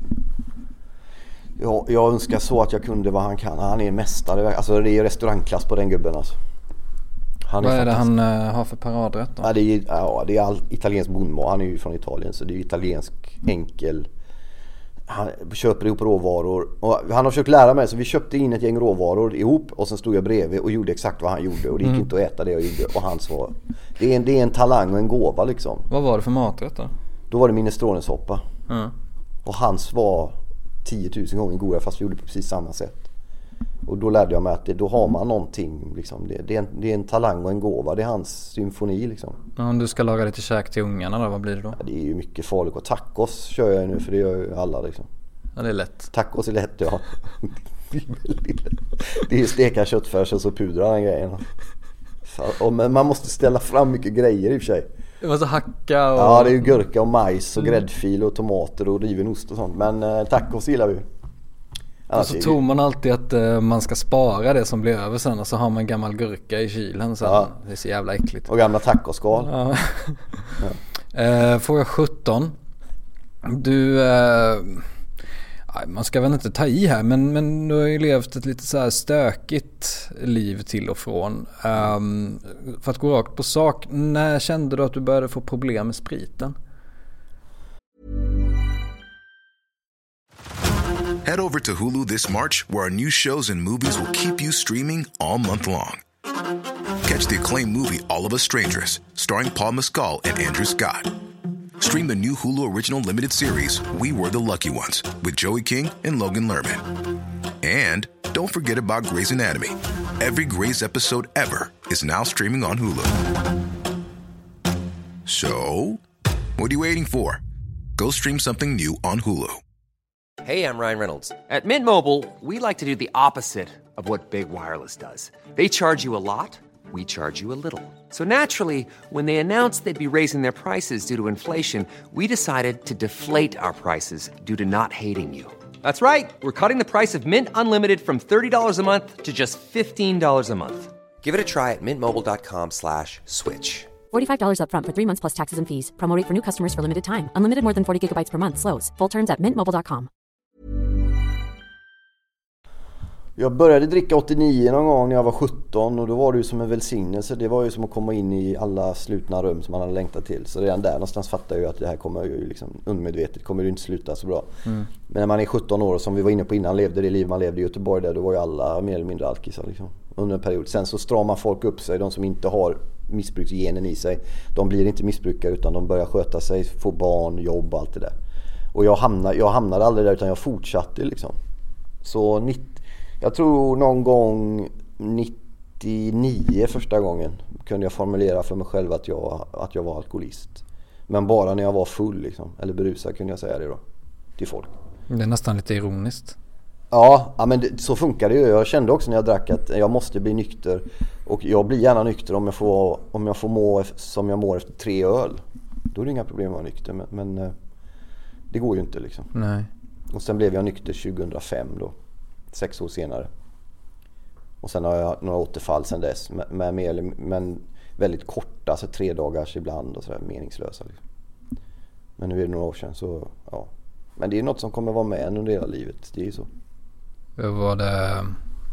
Jag, jag önskar så att jag kunde vad han kan. Han är mästare. Alltså det är restaurangklass på den gubben alltså. Han vad är, är det han uh, har för paradrätt då? Ja, det är, ja, det är all italiensk bondmat. Han är ju från Italien, så det är italiensk enkel. Han köper ihop råvaror och han har försökt lära mig, så vi köpte in ett gäng råvaror ihop och sen stod jag bredvid och gjorde exakt vad han gjorde, och det gick mm. inte att äta det jag gjorde, och han sa det är en, det är en talang och en gåva liksom. Vad var det för maträtt då? Då var det minestronesoppa mm. och hans var tio tusen gånger godare, fast vi gjorde på precis samma sätt. Och då lärde jag mig att det, då har man någonting liksom. det, det, är en, det är en talang och en gåva, det är hans symfoni liksom. Ja, om du ska laga lite käk till ungarna då, vad blir det då? Ja, det är ju mycket farligt, och tacos kör jag nu, för det gör ju alla liksom. Ja, det är lätt. Tacos är lätt, ja. Det är ju steka köttfärs och så pudra den grejen. Så, och, men man måste ställa fram mycket grejer i och för sig. Det måste hacka och... Ja, det är ju gurka och majs och gräddfil och tomater och riven ost och sånt. Men eh, tacos gillar vi. Och så tror man alltid att uh, man ska spara det som blir över sen, och så har man gammal gurka i kylen sen. Ja. Det är så jävla äckligt. Och gamla tacoskal. Ja. Ja. uh, fråga sjutton. Du... Uh, man ska väl inte ta i här, men, men du har ju levt ett lite så här stökigt liv till och från. Um, för att gå rakt på sak, när kände du att du började få problem med spriten? Head over to Hulu this March, where our new shows and movies will keep you streaming all month long. Catch the acclaimed movie All of Us Strangers, starring Paul Mescal and Andrew Scott. Stream the new Hulu original limited series We Were the Lucky Ones with Joey King and Logan Lerman. And don't forget about Grey's Anatomy. Every Grey's episode ever is now streaming on Hulu. So, what are you waiting for? Go stream something new on Hulu. Hey, I'm Ryan Reynolds. At Mint Mobile, we like to do the opposite of what Big Wireless does. They charge you a lot. We charge you a little. So naturally, when they announced they'd be raising their prices due to inflation, we decided to deflate our prices due to not hating you. That's right. We're cutting the price of Mint Unlimited from thirty dollars a month to just fifteen dollars a month. Give it a try at mintmobile.com slash switch. forty-five dollars up front for three months plus taxes and fees. Promo rate for new customers for limited time. Unlimited more than forty gigabytes per month slows. Full terms at mint mobile dot com. Jag började dricka åttionio någon gång när jag var sjutton, och då var det ju som en välsignelse. Det var ju som att komma in i alla slutna rum som man hade längtat till. Så redan där någonstans fattar jag ju att det här kommer ju liksom undermedvetet, kommer ju inte sluta så bra. Mm. Men när man är sjutton år, som vi var inne på innan, levde det liv man levde i Göteborg där, då var ju alla mer eller mindre alkisar liksom, under en period. Sen så stramar folk upp sig, de som inte har missbruksgenen i sig. De blir inte missbrukare, utan de börjar sköta sig, få barn, jobb och allt det där. Och jag hamnade, jag hamnade aldrig där, utan jag fortsatte liksom. Så nittio Jag tror någon gång nittionio första gången kunde jag formulera för mig själv att jag, att jag var alkoholist. Men bara när jag var full liksom, eller berusad kunde jag säga det då till folk. Det är nästan lite ironiskt. Ja, ja men det, så funkar det ju. Jag kände också när jag drack att jag måste bli nykter. Och jag blir gärna nykter om jag får, om jag får må som jag mår efter tre öl. Då är det inga problem att vara nykter. Men, men det går ju inte liksom. Nej. Och sen blev jag nykter tjugohundrafem då, sex år senare. Och sen har jag några återfall sen dess, med, med, men väldigt korta, alltså tre dagars ibland och sådär, meningslösa. Liksom. Men nu är det några år sedan, så ja. Men det är något som kommer vara med under hela livet, det är ju så. Var det,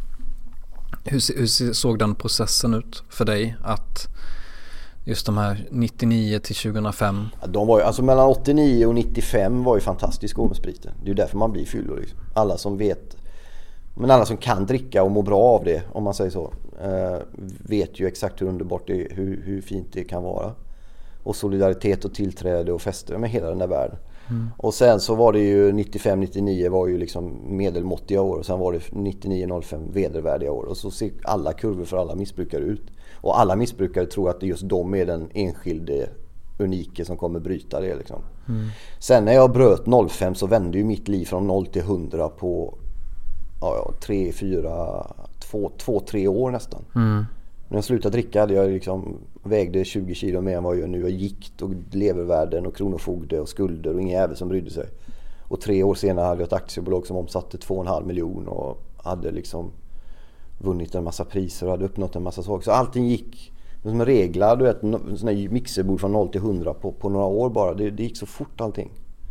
hur, hur såg den processen ut för dig att just de här nittionio till tjugohundrafem? Ja, de var ju, alltså mellan åttionio och nittiofem var ju fantastiskt med spriten. Det är ju därför man blir fyllor liksom. Alla som vet, men alla som kan dricka och må bra av det, om man säger så, eh, vet ju exakt hur underbart det är, hur, hur fint det kan vara. Och solidaritet och tillträde och fester med hela den där världen. Mm. Och sen så var det ju nittiofem nittionio var ju liksom medelmåttiga år, och sen var det nittionio noll fem vedervärdiga år, och så ser alla kurvor för alla missbrukare ut. Och alla missbrukare tror att det just de är den enskilde unike som kommer bryta det liksom. Mm. Sen när jag bröt noll fem så vände ju mitt liv från noll till hundra på ja, tre, fyra, två, två, tre år nästan. Mm. När jag slutade dricka hade jag liksom, vägde tjugo kilo mer än vad jag nu har, gikt och levervärden och kronofogde och skulder och ingen jävel som brydde sig. Och tre år senare hade jag ett aktiebolag som omsatte två och en halv miljon och hade liksom vunnit en massa priser och hade uppnått en massa saker. Så allting gick som reglar, du vet, en sån här mixerbord från noll till hundra på, på några år bara. Det, det gick så fort allting.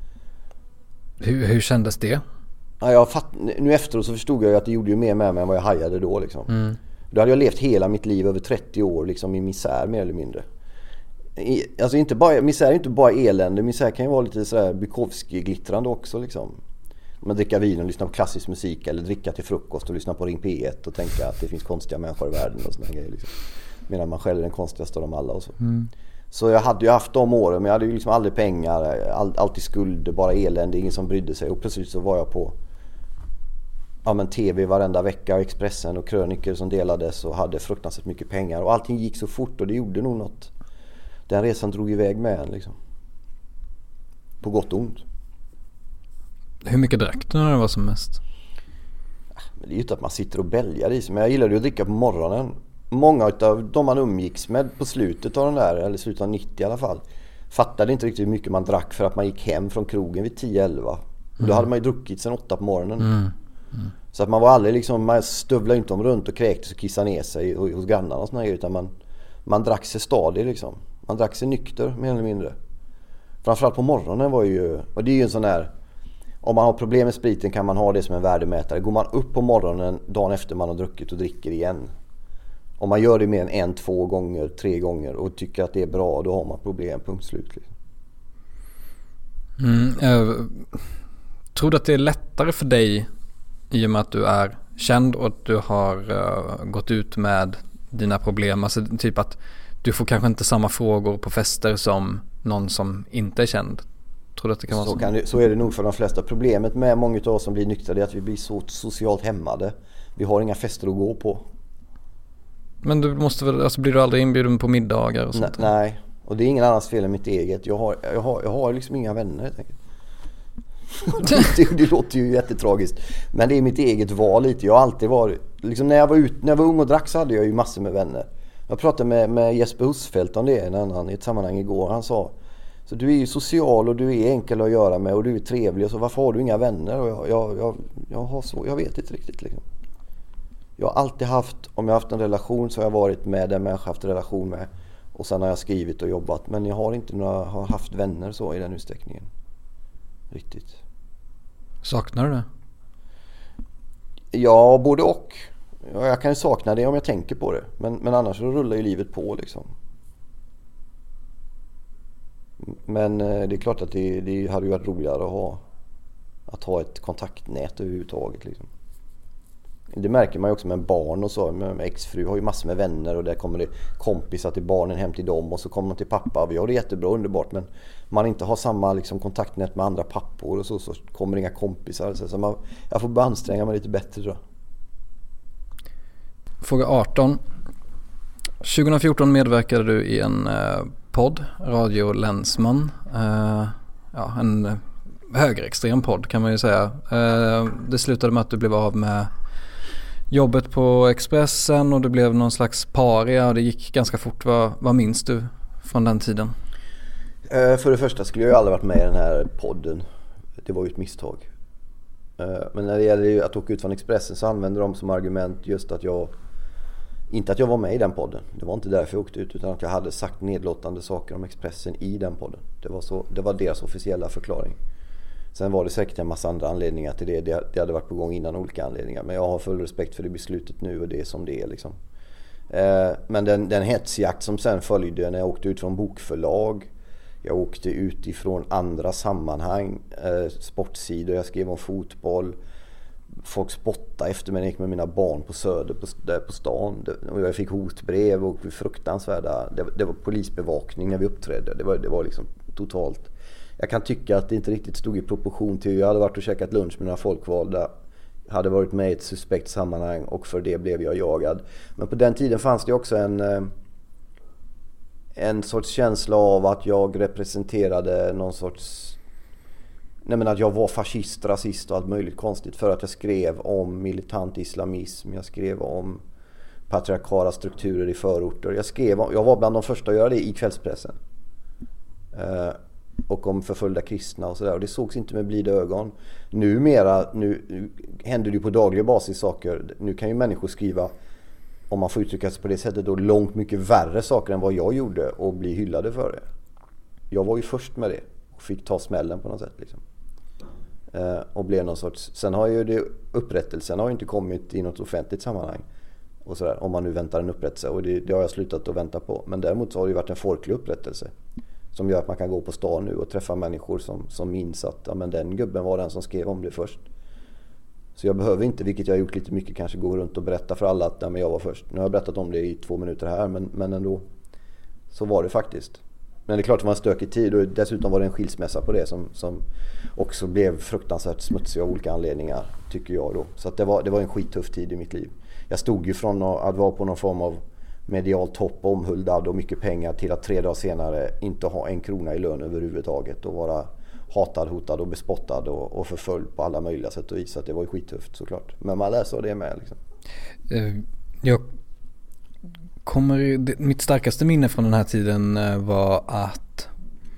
Hur, hur kändes det? Ja, jag fatt, nu efteråt så förstod jag ju att det gjorde ju mer med mig än vad jag hajade då liksom. Mm. Då hade jag levt hela mitt liv över trettio år liksom i misär mer eller mindre. I, alltså inte bara, misär är inte bara elände, misär kan ju vara lite sådär Bukowski-glittrande också liksom. Man dricker vin och lyssnar på klassisk musik, eller dricka till frukost och lyssna på Ring P ett och tänka att det finns konstiga människor i världen och sådana grejer liksom. Medan man själv är den konstigaste av dem alla och så. Mm. Så jag hade ju haft de åren, men jag hade ju liksom aldrig pengar, all, alltid skulder, bara elände, ingen som brydde sig. Och plötsligt så var jag på ja, men tv varenda vecka, Expressen och kröniker som delades och hade fruktansvärt mycket pengar. Och allting gick så fort och det gjorde nog något. Den resan drog iväg med en liksom. På gott och ont. Hur mycket drack du när det var som mest? Men det är ju inte att man sitter och bälgar i sig. Men jag gillade ju att dricka på morgonen. Många av de man umgicks med på slutet av den där, eller slutet av nittio i alla fall, fattade inte riktigt hur mycket man drack för att man gick hem från krogen vid tio elva. Och då mm. hade man ju druckit sen åtta på morgonen. Mm. Mm. Så att man var aldrig liksom, man stövlade inte om runt och kräktes och kissade ner sig hos grannarna och såna här, utan man, man drack sig stadig liksom. Man drack sig nykter mer eller mindre. Framförallt på morgonen var ju, och det är ju en sån här, om man har problem med spriten kan man ha det som en värdemätare. Går man upp på morgonen dagen efter man har druckit och dricker igen, om man gör det mer än en, två gånger, tre gånger och tycker att det är bra, då har man problem, punkt slut. Mm, jag tror du att det är lättare för dig i och med att du är känd och att du har uh, gått ut med dina problem? Alltså typ att du får kanske inte samma frågor på fester som någon som inte är känd. Tror du att det kan vara så? Så, kan det, så är det nog för de flesta. Problemet med många av oss som blir nyktra är att vi blir så socialt hämmade. Vi har inga fester att gå på. Men du måste väl, alltså blir du aldrig inbjuden på middagar och sånt? Nej, nej. Och det är ingen annans fel än mitt eget. Jag har, jag har, jag har liksom inga vänner helt enkelt. det, det låter ju jättetragiskt. Men det är mitt eget val lite. Jag har alltid varit, liksom när jag var, ut, när jag var ung och drack så hade jag ju massor med vänner. Jag pratade med, med Jesper Husfeldt om det en annan, i ett sammanhang igår. Han sa, så du är ju social och du är enkel att göra med och du är trevlig, och så varför har du inga vänner? Och jag, jag, jag, jag, har så, jag vet inte riktigt liksom. Jag har alltid haft, om jag har haft en relation så har jag varit med den människa jag haft en relation med. Och sen har jag skrivit och jobbat. Men jag har inte några, har haft vänner så i den utsträckningen. Riktigt. Saknar du det? Ja, både och. Ja, jag kan ju sakna det om jag tänker på det. Men, men annars så rullar ju livet på liksom. Men det är klart att det, det hade ju varit roligare att ha, att ha ett kontaktnät överhuvudtaget liksom. Det märker man ju också med barn och så. Med exfru har ju massor med vänner och där kommer det kompisar till barnen hem till dem och så kommer man till pappa. Vi har det jättebra, underbart, men man inte har samma liksom kontaktnät med andra pappor och så, så kommer inga kompisar. Så man, jag får bara anstränga mig lite bättre då. Fråga arton. tjugo fjorton medverkade du i en eh, podd, Radio Länsman. Eh, ja, en högerextrem podd kan man ju säga. Eh, det slutade med att du blev av med jobbet på Expressen och det blev någon slags paria och det gick ganska fort. Vad, vad minns du från den tiden? Eh, för det första skulle jag ju aldrig varit med i den här podden. Det var ju ett misstag. Men när det gäller att åka ut från Expressen så använder de som argument just att jag, inte att jag var med i den podden. Det var inte därför jag åkte ut, utan att jag hade sagt nedlåtande saker om Expressen i den podden. Det var, så, det var deras officiella förklaring. Sen var det säkert en massa andra anledningar till det. Det, det hade varit på gång innan, olika anledningar. Men jag har full respekt för det beslutet nu och det är som det är liksom. Eh, men den, den hetsjakt som sen följde när jag åkte ut från bokförlag, jag åkte ut ifrån andra sammanhang, eh, sportsidor, jag skrev om fotboll, folk spottade efter mig när jag gick med mina barn på Söder på, där på stan, det, och jag fick hotbrev och fruktansvärda, det, det var polisbevakning när vi uppträdde, det var, det var liksom totalt. Jag kan tycka att det inte riktigt stod i proportion till hur jag hade varit och käkat lunch med några folkvalda, hade varit med i ett suspekt sammanhang och för det blev jag jagad. Men på den tiden fanns det också en en sorts känsla av att jag representerade någon sorts, nej men att jag var fascist, rasist och allt möjligt konstigt för att jag skrev om militant islamism, jag skrev om patriarkala strukturer i förorter, jag skrev om, jag var bland de första att göra det i kvällspressen. Uh, och om förföljda kristna och sådär, och det sågs inte med blida ögon. Numera, nu, nu händer det ju på daglig basis saker. Nu kan ju människor skriva, om man får uttrycka sig på det sättet, då långt mycket värre saker än vad jag gjorde och bli hyllade för det. Jag var ju först med det och fick ta smällen på något sätt liksom. Eh, och blev någon sorts, sen har ju det, upprättelsen har ju inte kommit i något offentligt sammanhang och sådär, om man nu väntar en upprättelse, och det, det har jag slutat att vänta på. Men däremot så har det ju varit en folklig upprättelse som gör att man kan gå på stan nu och träffa människor som, som minns att ja, men den gubben var den som skrev om det först. Så jag behöver inte, vilket jag har gjort lite mycket, kanske gå runt och berätta för alla att ja, men jag var först. Nu har jag berättat om det i två minuter här, men, men ändå så var det faktiskt. Men det är klart att det var en stökig tid, och dessutom var det en skilsmässa på det som, som också blev fruktansvärt smutsig av olika anledningar, tycker jag då. Så att det, var, det var en skittuff tid i mitt liv. Jag stod ju från att vara på någon form av medial topp, omhuldad och mycket pengar, till att tre dagar senare inte ha en krona i lön överhuvudtaget och vara hatad, hotad och bespottad och, och förföljd på alla möjliga sätt och vis. Att det var ju skittufft såklart. Men man läser det med liksom. Jag kommer, mitt starkaste minne från den här tiden var att,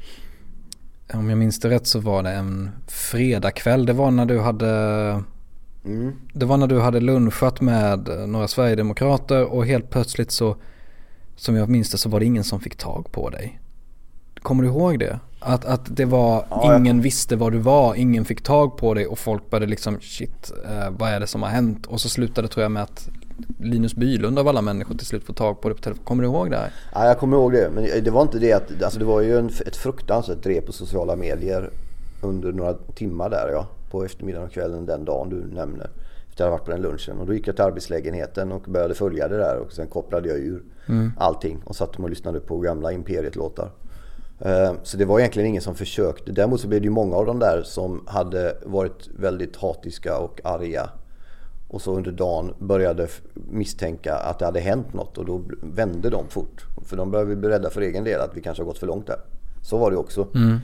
om jag minns det rätt, så var det en fredagkväll. Det var när du hade mm. det var när du hade lunchat med några Sverigedemokrater, och helt plötsligt så, som jag minns det, så var det ingen som fick tag på dig. Kommer du ihåg det? Att, att det var, ja, ingen jag... visste vad du var, ingen fick tag på dig, och folk började liksom, shit, eh, vad är det som har hänt? Och så slutade, tror jag, med att Linus Bylund av alla människor till slut får tag på det på telefon. Kommer du ihåg det här? Ja, jag kommer ihåg det, men det var inte det att, alltså det var ju en, ett fruktansvärt drev på sociala medier under några timmar där, ja, på eftermiddagen och kvällen den dagen du nämner. Efter jag hade varit på den lunchen, och då gick jag till arbetslägenheten och började följa det där, och sen kopplade jag ur mm. allting och satt och lyssnade på gamla Imperiet-låtar. Så det var egentligen ingen som försökte. Däremot så blev det ju många av dem där som hade varit väldigt hatiska och arga, och så under dagen började misstänka att det hade hänt något, och då vände de fort. För de började bli rädda för egen del att vi kanske har gått för långt där. Så var det också. Mm.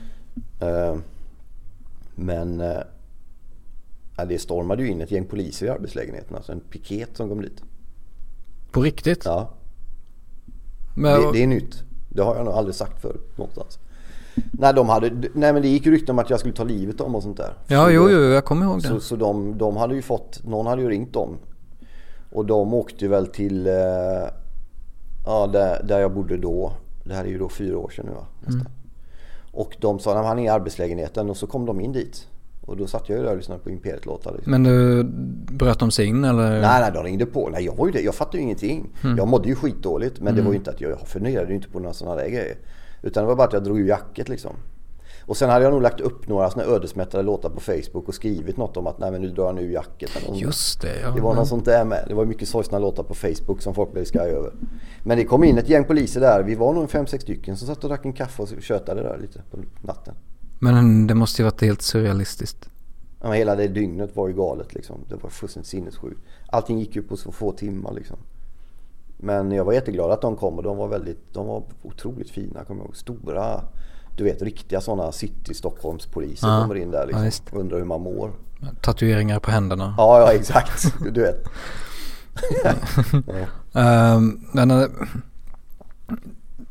Men ja, det stormade ju in ett gäng poliser i arbetslägenheten. Alltså en piket som kom dit. På riktigt? Ja. Men... Det, det är nytt. Det har jag nog aldrig sagt förut någonstans. Nej, de hade, nej men det gick ju rykte om att jag skulle ta livet om och sånt där. Ja, jo, jo, jag kommer ihåg det. Så, så de, de hade ju fått, någon hade ju ringt dem. Och de åkte väl till, eh, ja, där, där jag bodde då. Det här är ju då fyra år sedan nu, va? Nästan. Mm. Och de sa att han är i arbetslägenheten, och så kom de in dit. Och då satt jag ju där och lyssnade på Imperiet-låtar. Liksom. Men du bröt de sig in eller? Nej, nej, de ringde på. Nej, jag var ju det. Jag fattade ju ingenting. Mm. Jag mådde ju skitdåligt, men mm. det var ju inte att jag, jag funderade ju inte på några sådana där grejer. Utan det var bara att jag drog ju jacket liksom. Och sen hade jag nog lagt upp några såna ödesmättade låtar på Facebook och skrivit något om att nej, men nu drar jag nu jacket. Just det, ja. Det var något sånt där med. Det var mycket sorgsna låtar på Facebook som folk blev skraj över. Men det kom in ett gäng poliser där. Vi var nog fem sex stycken som satt och drack en kaffe och tjötade där lite på natten. Men det måste ju varit helt surrealistiskt. Ja, hela det dygnet var ju galet liksom. Det var fullständigt sinnessjukt. Allting gick ju på så få timmar liksom. Men jag var jätteglad att de kom, och de var väldigt, de var otroligt fina, kommer jag ihåg. Stora, du vet, riktiga sådana city Stockholmspoliser ja, kommer in där liksom. Ja, undrar hur man mår. Tatueringar på händerna. Ja, ja, exakt. Du vet. ja. um, men,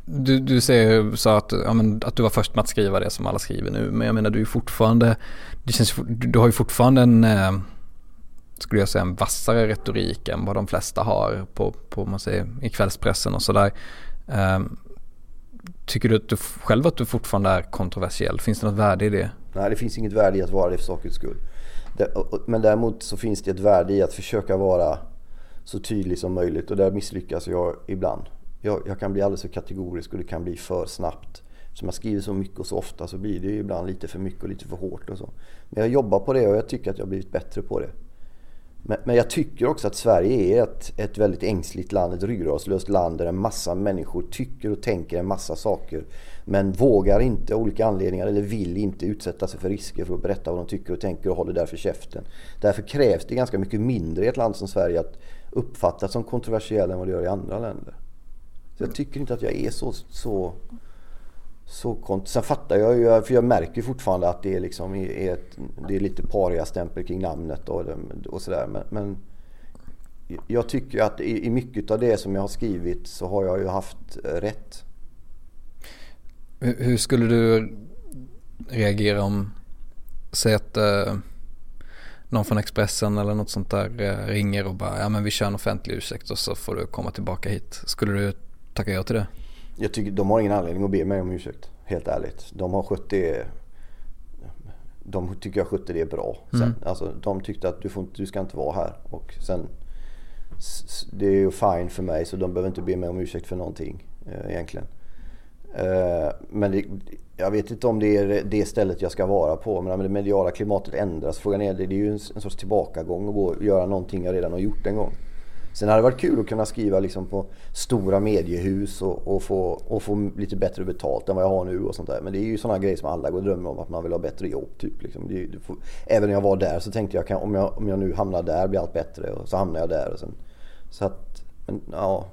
du, du säger så att, ja, men, att du var först med att skriva det som alla skriver nu. Men jag menar, du är fortfarande, det känns, du, du har ju fortfarande en, eh, skulle jag säga, en vassare retorik än vad de flesta har på, på man säger, i kvällspressen och sådär. Eh, tycker du, att du själv att du fortfarande är kontroversiell? Finns det något värde i det? Nej, det finns inget värde i att vara det för sakens skull. Men däremot så finns det ett värde i att försöka vara så tydlig som möjligt, och där misslyckas jag ibland. Jag, jag kan bli alldeles för kategorisk och det kan bli för snabbt. Som jag skriver så mycket och så ofta så blir det ibland lite för mycket och lite för hårt och så. Men jag jobbar på det och jag tycker att jag har blivit bättre på det. Men, men jag tycker också att Sverige är ett, ett väldigt ängsligt land, ett ryggradslöst land där en massa människor tycker och tänker en massa saker. Men vågar inte av olika anledningar eller vill inte utsätta sig för risker för att berätta vad de tycker och tänker och håller därför käften. Därför krävs det ganska mycket mindre i ett land som Sverige att uppfattas som kontroversiell än vad det gör i andra länder. Så jag tycker inte att jag är så... så Så kont- Sen fattar jag ju, för jag märker fortfarande att det är, liksom, är ett, det är lite paria-stämpel kring namnet och, och sådär. Men, men jag tycker att i, i mycket av det som jag har skrivit så har jag ju haft rätt. Hur, hur skulle du reagera om, säg att eh, någon från Expressen eller något sånt där eh, ringer och bara, ja men vi kör en offentlig ursäkt och så får du komma tillbaka hit. Skulle du tacka ja till det? Jag tycker de har ingen anledning att be mig om ursäkt, helt ärligt. De har skött det, de tycker jag skötte det bra. Sen, mm. alltså, de tyckte att du, får, du ska inte vara här. Och sen, det är ju fine för mig, så de behöver inte be mig om ursäkt för någonting eh, egentligen. Eh, men det, jag vet inte om det är det stället jag ska vara på. Men det mediala klimatet ändras. Frågan är, det är ju en, en sorts tillbakagång att gå och göra någonting jag redan har gjort en gång. Sen hade det varit kul att kunna skriva liksom på stora mediehus och, och, få, och få lite bättre betalt än vad jag har nu och sånt där. Men det är ju sådana grejer som alla går och drömmer om, att man vill ha bättre jobb typ. Liksom. Det, det får, även när jag var där så tänkte jag, kan, om jag om jag nu hamnar där blir allt bättre, och så hamnar jag där. Och sen, så att, men ja.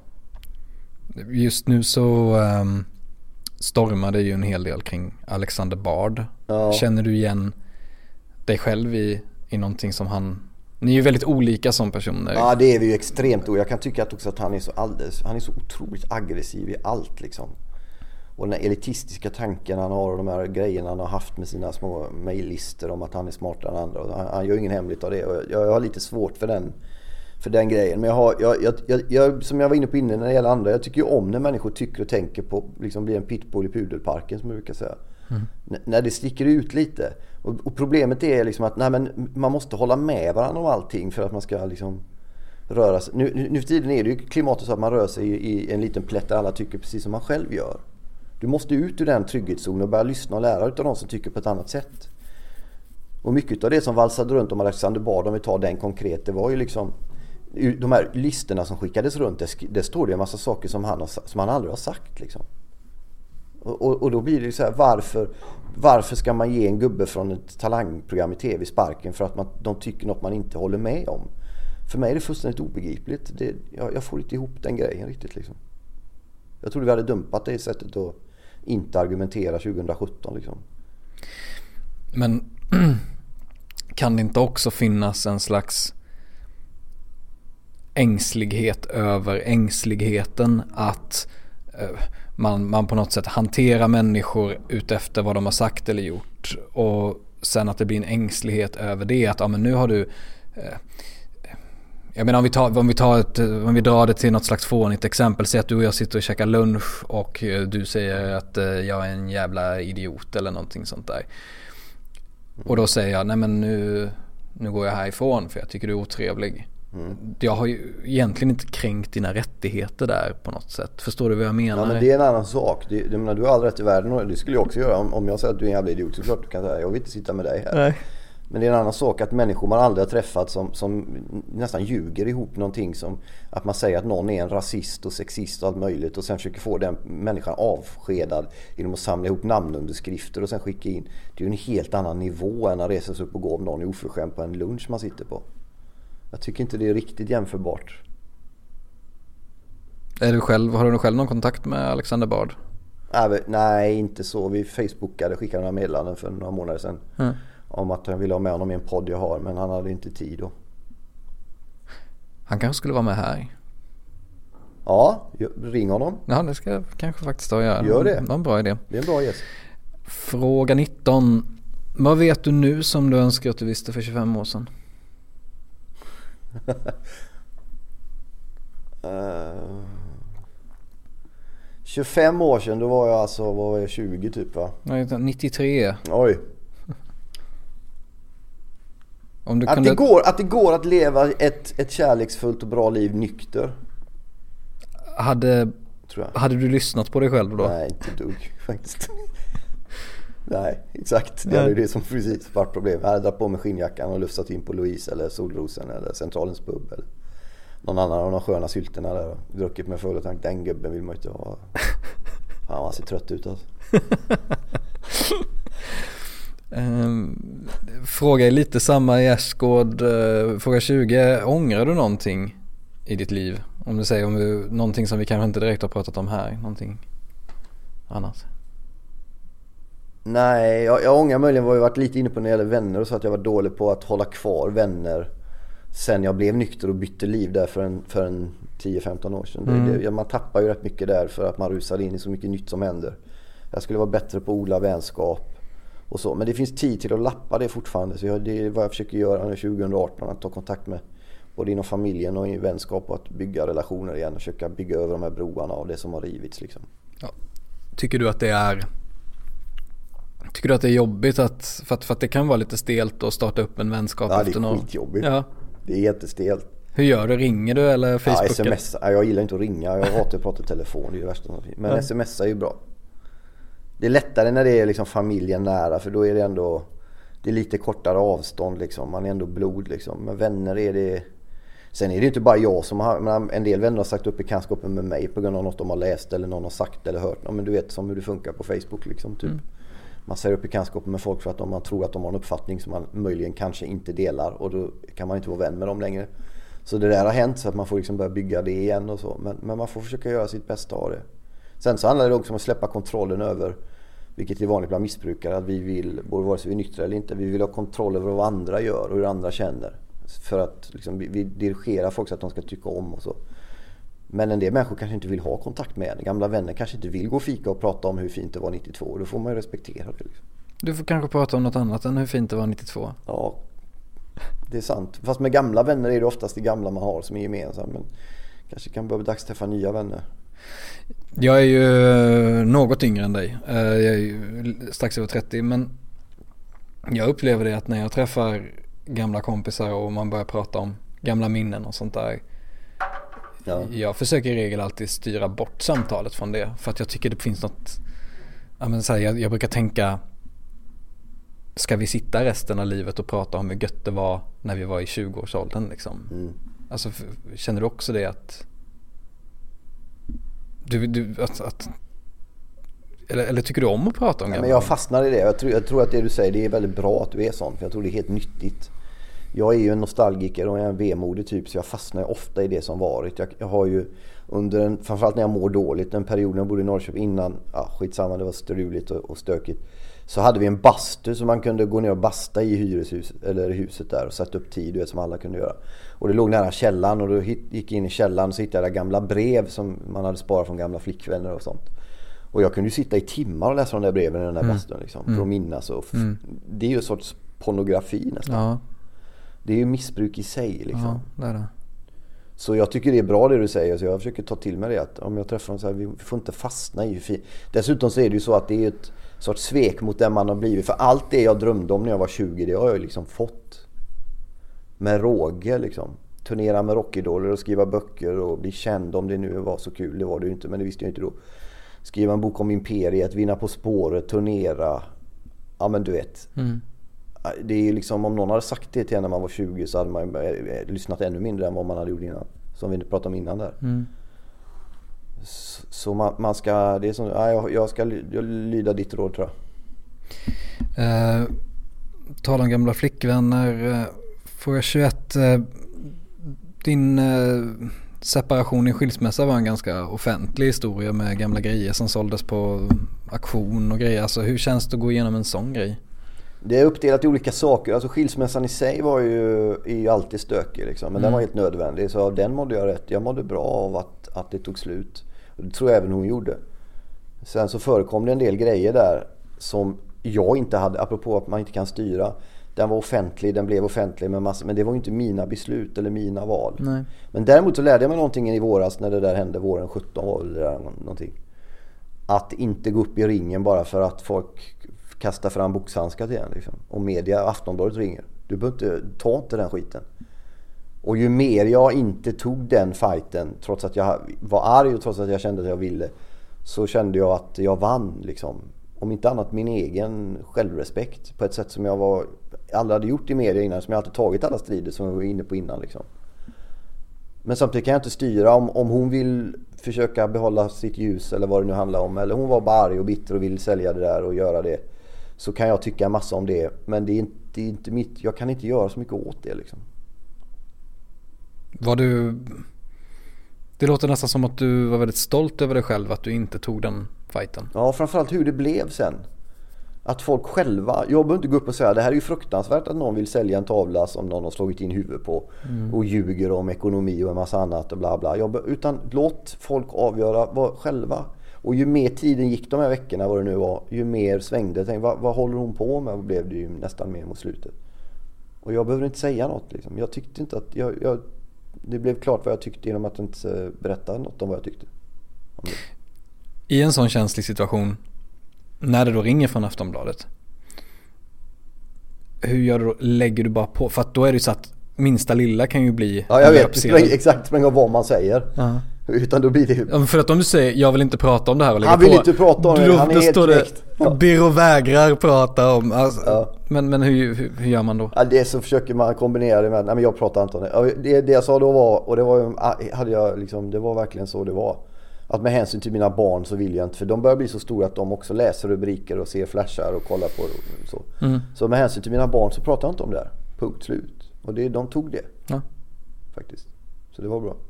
Just nu så um, stormar det ju en hel del kring Alexander Bard. Ja. Känner du igen dig själv i, i någonting som han... Ni är ju väldigt olika som personer. Ja, det är vi ju extremt olika. Jag kan tycka att också att han är så alldeles, han är så otroligt aggressiv i allt liksom. Och den elitistiska tanken han har och de här grejerna han har haft med sina små mejllistor om att han är smartare än andra. Han, han gör ingen hemligt av det. Och jag, jag har lite svårt för den, för den grejen. Men jag har, jag, jag, jag, jag, som jag var inne på innan när det gäller andra, jag tycker ju om när människor tycker och tänker på, liksom blir en pitbull i pudelparken som jag brukar säga. Mm. N- när det sticker ut lite. Och, och problemet är liksom att nej, men man måste hålla med varandra om allting för att man ska liksom röra sig. Nu, nu, nu för tiden är det ju klimatet så att man rör sig i, i en liten plätt där alla tycker precis som man själv gör. Du måste ut ur den trygghetszonen och börja lyssna och lära utav de som tycker på ett annat sätt. Och mycket av det som valsade runt om Alexander Bard, om vi tar den konkret, det var ju liksom de här listorna som skickades runt, det, det står det en massa saker som han, har, som han aldrig har sagt liksom. Och, och, och då blir det ju så här, varför, varför ska man ge en gubbe från ett talangprogram i tv sparken för att man, de tycker något man inte håller med om? För mig är det fullständigt obegripligt. Det, jag, jag får inte ihop den grejen riktigt liksom. Jag trodde vi hade dumpat det sättet att inte argumentera tjugohundrasjutton liksom. Men kan det inte också finnas en slags ängslighet över ängsligheten, att uh, man, man på något sätt hanterar människor utefter vad de har sagt eller gjort, och sen att det blir en ängslighet över det, att ja, men nu har du uh, jag menar om vi, tar, om, vi tar ett, om vi drar det till något slags fånigt exempel, säg att du och jag sitter och käkar lunch och du säger att uh, jag är en jävla idiot eller någonting sånt där, och då säger jag nej men nu, nu går jag härifrån för jag tycker du är otrevlig. Mm. Jag har ju egentligen inte kränkt dina rättigheter där på något sätt. Förstår du vad jag menar? Ja, men det är en annan sak. Det, jag menar, du har all rätt i världen, och det skulle jag också göra. Om, om jag säger att du är en jävla idiot, så klart du kan säga jag vill inte sitta med dig här. Nej. Men det är en annan sak att människor man aldrig har träffat som, som nästan ljuger ihop någonting, som att man säger att någon är en rasist och sexist och allt möjligt, och sen försöker få den människan avskedad genom att samla ihop namnunderskrifter och sen skicka in. Det är ju en helt annan nivå än att resa sig upp och gå om någon är oförskämd på en lunch man sitter på. Jag tycker inte det är riktigt jämförbart. Är du själv, har du själv någon kontakt med Alexander Bard? Nej, nej, inte så. Vi facebookade, skickade några meddelanden för några månader sedan mm. om att jag ville ha med honom i en podd jag har, men han hade inte tid då. Han kanske skulle vara med här. Ja, ring honom. Ja, det ska jag kanske faktiskt göra. Gör det. Det var en bra idé. Det är en bra gäst. Fråga nitton. Vad vet du nu som du önskar att du visste för tjugofem år sedan? uh, tjugofem år sedan, då var jag alltså vad var jag, tjugo typ va? nittiotre. Oj. Om du att, kunde... det går, att det går att leva ett, ett kärleksfullt och bra liv nykter. Hade, hade du lyssnat på dig själv då? Nej, inte dugg faktiskt. Nej, exakt. Det är ju det som precis varit problem. Jag hade dragit på mig skinnjackan och lufsat in på Louise eller Solrosen eller Centralens pub eller någon annan av de sköna sylterna där. Druckit med full och tank. Den gubben vill man inte ha. Han var så trött ut alltså. um, fråga är lite samma i Gärsgård. Uh, fråga tjugo. Ångrar du någonting i ditt liv? Om du säger om du, någonting som vi kanske inte direkt har pratat om här. Någonting annat. Nej, jag, jag ångrar möjligen vad jag varit lite inne på när det gäller vänner och så att jag var dålig på att hålla kvar vänner sen jag blev nykter och bytte liv där för en, för en tio femton år sedan. Mm. Det, det, man tappar ju rätt mycket där för att man rusar in i så mycket nytt som händer. Jag skulle vara bättre på att odla vänskap och så. Men det finns tid till att lappa det fortfarande. Så jag, det är vad jag försöker göra nu tjugo arton. Att ta kontakt med både inom familjen och i vänskap och att bygga relationer igen. Och försöka bygga över de här broarna av det som har rivits liksom. Ja. Tycker du att det är... Tycker du att det är jobbigt att för, att... för att det kan vara lite stelt att starta upp en vänskap ja, efter någon? Ja, det är skitjobbigt. Ja. Det är jättestelt. Hur gör du? Ringer du eller Facebookar? Ja, sms. Ja, jag gillar inte att ringa. Jag hatar att prata i telefon. Det är det värsta som finns. Men ja. Sms är ju bra. Det är lättare när det är liksom familjen nära. För då är det ändå... Det är lite kortare avstånd liksom. Man är ändå blod liksom. Men vänner är det... Sen är det inte bara jag som har... Men en del vänner har sagt upp bekantskapen med mig på grund av något de har läst eller någon har sagt eller hört. Ja, men du vet som hur det funkar på Facebook liksom. Typ. Mm. Man säger upp bekantskapen med folk för att de, man tror att de har en uppfattning som man möjligen kanske inte delar. Och då kan man inte vara vän med dem längre. Så det där har hänt så att man får liksom börja bygga det igen och så. Men, men man får försöka göra sitt bästa av det. Sen så handlar det också om att släppa kontrollen över, vilket är vanligt bland missbrukare, att vi vill, både vare sig vi är nyktra eller inte, vi vill ha kontroll över vad andra gör och hur andra känner. För att liksom, vi, vi dirigerar folk så att de ska tycka om och så. Men en del människor kanske inte vill ha kontakt med en. Gamla vänner kanske inte vill gå och fika och prata om hur fint det var nittiotvå. Då får man ju respektera det. Liksom. Du får kanske prata om något annat än hur fint det var nittiotvå. Ja, det är sant. Fast med gamla vänner är det oftast det gamla man har som är gemensamt. Men kanske kan börja dags träffa nya vänner. Jag är ju något yngre än dig. Jag är ju strax över trettio. Men jag upplever det att när jag träffar gamla kompisar och man börjar prata om gamla minnen och sånt där. Ja. Jag försöker i regel alltid styra bort samtalet från det. För att jag tycker det finns något... Jag, menar, så här, jag, jag brukar tänka... Ska vi sitta resten av livet och prata om hur gött det var när vi var i tjugoårsåldern liksom? Mm. Alltså, för, känner du också det att... Du, du, att, att eller, eller tycker du om att prata om ja, men jag fastnar i det. Jag tror, jag tror att det du säger, det är väldigt bra att du är sån. För jag tror det är helt nyttigt. Jag är ju en nostalgiker och en vemodig typ, så jag fastnar ofta i det som varit. Jag, jag har ju under en, framförallt när jag mår dåligt, en period när jag bodde i Norrköping innan, ja skitsamma, det var struligt och, och stökigt. Så hade vi en bastu som man kunde gå ner och basta i hyreshuset eller huset där och sätta upp tid, du vet, som alla kunde göra. Och det låg nära källan och då hit, gick in i källan och så hittade jag gamla brev som man hade sparat från gamla flickvänner och sånt. Och jag kunde ju sitta i timmar och läsa de där breven i den där mm. bastun liksom, för att minnas. Och f- mm. Det är ju en sorts pornografi nästan. Ja. Det är ju missbruk i sig liksom. Ja, det är det. Så jag tycker det är bra det du säger. Så jag försöker ta till mig det. Att om jag träffar dem så här, vi får inte fastna i hur fint. Dessutom så är det ju så att det är ett sorts svek mot den man har blivit. För allt det jag drömde om när jag var tjugo, det har jag ju liksom fått. Med råge liksom. Turnera med rockidoler och skriva böcker och bli känd, om det nu var så kul. Det var det ju inte, men det visste jag inte då. Skriva en bok om imperiet, vinna På spåret, turnera. Ja men du vet. Mm. Det är liksom, om någon hade sagt det till en när man var tjugo så hade man lyssnat ännu mindre än vad man hade gjort innan. Som vi pratade om innan där. Mm. Så, så man, man ska, det är som, ja, jag, jag ska jag lyda ditt råd tror jag. Eh, tala om gamla flickvänner. Eh, fråga tjugoett. Eh, din eh, separation i skilsmässa var en ganska offentlig historia med gamla grejer som såldes på auktion och grejer. Alltså hur känns det att gå igenom en sån grej? Det är uppdelat i olika saker. Alltså skilsmässan i sig var ju, är ju alltid stökig liksom. Men mm. den var helt nödvändig. Så av den mådde jag rätt. Jag mådde bra av att, att det tog slut. Och det tror jag även hon gjorde. Sen så förekom det en del grejer där som jag inte hade, apropå att man inte kan styra. Den var offentlig, den blev offentlig med massa, men det var ju inte mina beslut eller mina val. Nej. Men däremot så lärde jag mig någonting i våras när det där hände, våren sjutton var det där någonting. Att inte gå upp i ringen bara för att folk kastar fram boxhandskar till en liksom. Och media, Aftonbladet ringer. Du behöver inte, ta inte den skiten. Och ju mer jag inte tog den fighten, trots att jag var arg och trots att jag kände att jag ville, så kände jag att jag vann liksom. Om inte annat min egen självrespekt på ett sätt som jag var aldrig hade gjort i media innan, som jag alltid tagit alla strider som jag var inne på innan liksom. Men samtidigt kan jag inte styra om, om hon vill försöka behålla sitt ljus eller vad det nu handlar om, eller hon var bara arg och bitter och vill sälja det där och göra det, så kan jag tycka en massa om det, men det är inte, det är inte mitt, jag kan inte göra så mycket åt det liksom. Var du Det låter nästan som att du var väldigt stolt över dig själv att du inte tog den fighten. Ja, framförallt hur det blev sen. Att folk själva, jag behöver inte gå upp och säga det här är ju fruktansvärt att någon vill sälja en tavla som någon har slagit in huvudet på mm. och ljuger om ekonomi och en massa annat och bla bla. Jag, utan låt folk avgöra vad, själva. Och ju mer tiden gick de här veckorna, vad det nu var, ju mer svängde. Jag tänkte, vad, vad håller hon på med? Och blev det ju nästan mer mot slutet. Och jag behöver inte säga något liksom. Jag tyckte inte att jag, jag, det blev klart vad jag tyckte genom att inte berätta något om vad jag tyckte. I en sån känslig situation, när det då ringer från Aftonbladet, hur gör du då? Lägger du bara på? För att då är det ju så att minsta lilla kan ju bli... Ja, jag vet. Spräng, exakt, spränga vad man säger. Uh-huh. Utan då blir det ju... För att om du säger, jag vill inte prata om det här och lägga Han vill på, inte prata om det, då, han är då helt står direkt. det, ja. Birro vägrar prata om... Alltså, ja. Men, men hur, hur, hur gör man då? Ja, det så försöker man kombinera det med... Nej, men jag pratar inte om det. Det, det jag sa då var... Och det var ju... Hade jag liksom, det var verkligen så det var. Att med hänsyn till mina barn så vill jag inte, för de börjar bli så stora att de också läser rubriker och ser flashar och kollar på det och så. Mm. Så med hänsyn till mina barn så pratar jag inte om det här. Punkt slut. Och det, de tog det. Ja. Faktiskt. Så det var bra.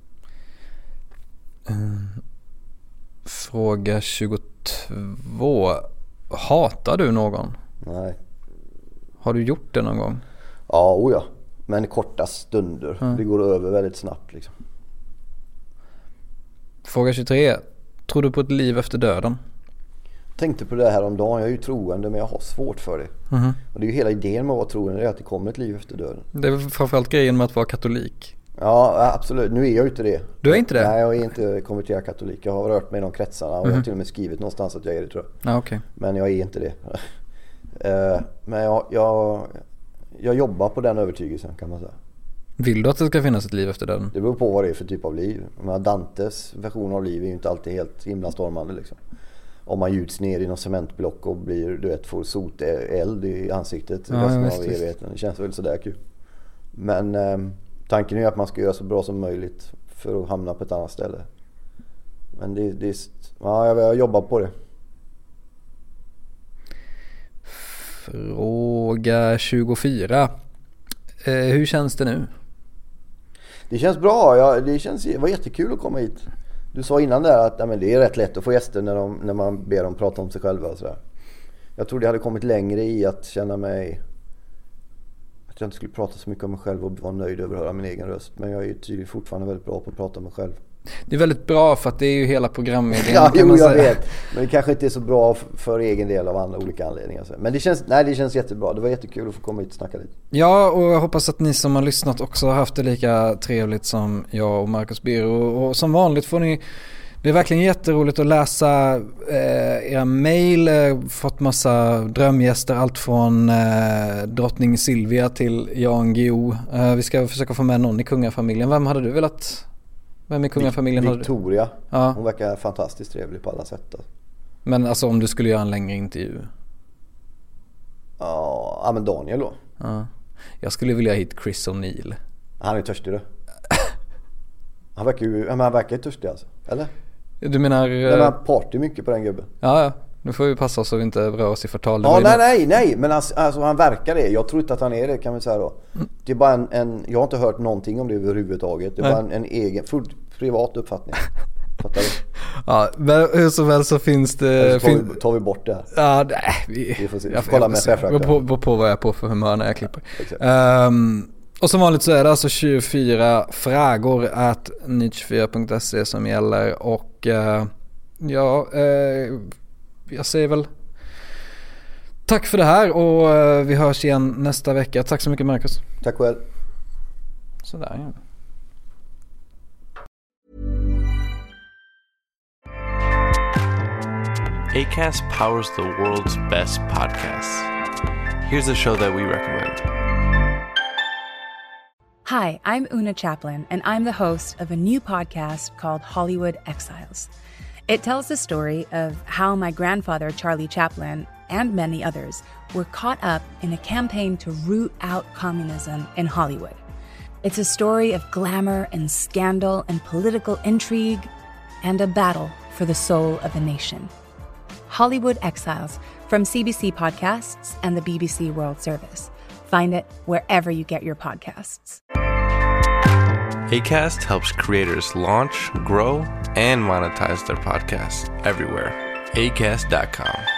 Mm. Fråga tjugotvå. Hatar du någon? Nej. Har du gjort det någon gång? Ja, oja. Men korta stunder. Mm. Det går över väldigt snabbt liksom. Fråga tjugotre. Tror du på ett liv efter döden? Jag tänkte på det här om dagen. Jag är ju troende, men jag har svårt för det. Mm. Och det är ju hela idén med att vara troende, det är att det kommer ett liv efter döden. Det är framförallt grejen med att vara katolik. Ja, absolut. Nu är jag ju inte det. Du är inte det? Nej, jag är inte konverterad katolik. Jag har rört mig i de kretsarna och mm. jag har till och med skrivit någonstans att jag är det, tror jag. Ah, okay. Men jag är inte det. Men jag, jag, jag jobbar på den övertygelsen, kan man säga. Vill du att det ska finnas ett liv efter döden? Det beror på vad det är för typ av liv. Men Dantes version av liv är ju inte alltid helt himlastormande liksom. Om man gjuts ner i någon cementblock och blir, du vet, får sot eld i ansiktet ja, resten av evigheten. Det känns väl sådär kul. Men eh, tanken är att man ska göra så bra som möjligt för att hamna på ett annat ställe. Men det, det ja, jag, jag jobbar på det. Fråga tjugofyra. Eh, hur känns det nu? Det känns bra. Ja, det, känns, det var jättekul att komma hit. Du sa innan där att ja, men det är rätt lätt att få gäster när, de, när man ber dem prata om sig själva och sådär. Jag trodde jag hade kommit längre i att känna mig, att jag inte skulle prata så mycket om mig själv och vara nöjd över att höra min egen röst. Men jag är ju tydligen fortfarande väldigt bra på att prata om mig själv. Det är väldigt bra för att det är ju hela programmet. Ja, jo, jag säga. vet. Men det kanske inte är så bra för egen del av andra olika anledningar. Men det känns, nej, det känns jättebra. Det var jättekul att få komma hit och snacka lite. Ja, och jag hoppas att ni som har lyssnat också har haft det lika trevligt som jag och Marcus Birro. Och som vanligt får ni, det är verkligen jätteroligt att läsa eh, era mejl. Eh, fått massa drömgäster, allt från eh, drottning Silvia till Jan Guillou. Eh, vi ska försöka få med någon i kungafamiljen. Vem hade du velat... Vem i kungafamiljen? Victoria. Ja. Hon verkar fantastiskt trevlig på alla sätt. Men alltså om du skulle göra en längre intervju? Ja, ja men Daniel då. Ja. Jag skulle vilja hit Chris O'Neill. Han är törstig då. Han verkar ju, han verkar ju törstig alltså. Eller? Du menar... Men han party mycket på den gubben. Ja, ja. Nu får vi passa oss så vi inte rör oss i förtal. Ja, nej, nej, nej. Men alltså, alltså han verkar det. Jag tror inte att han är det, kan vi säga då. Mm. Det är bara en, en... Jag har inte hört någonting om det överhuvudtaget. Det är nej. bara en, en egen, fullt privat uppfattning. Fattar du? Ja, men hur som helst så finns det... Så tar, vi, tar vi bort det här. Ja, nej. Vi, vi får se. Vi jag, får kolla jag, med chefredaktören. Beror på, på vad jag är på för humör när jag klipper. Um, och som vanligt så är det alltså tjugofyra frågor at ny tjugofyra punkt se som gäller. Och uh, ja, uh, jag säger väl tack för det här och uh, vi hörs igen nästa vecka. Tack så mycket, Marcus. Tack själv. Sådär, ja. Acast powers the world's best podcasts. Here's a show that we recommend. Hi, I'm Una Chaplin, and I'm the host of a new podcast called Hollywood Exiles. It tells the story of how my grandfather, Charlie Chaplin, and many others were caught up in a campaign to root out communism in Hollywood. It's a story of glamour and scandal and political intrigue and a battle for the soul of a nation. Hollywood Exiles from C B C Podcasts and the B B C World Service. Find it wherever you get your podcasts. Acast helps creators launch, grow, and monetize their podcasts everywhere. acast dot com.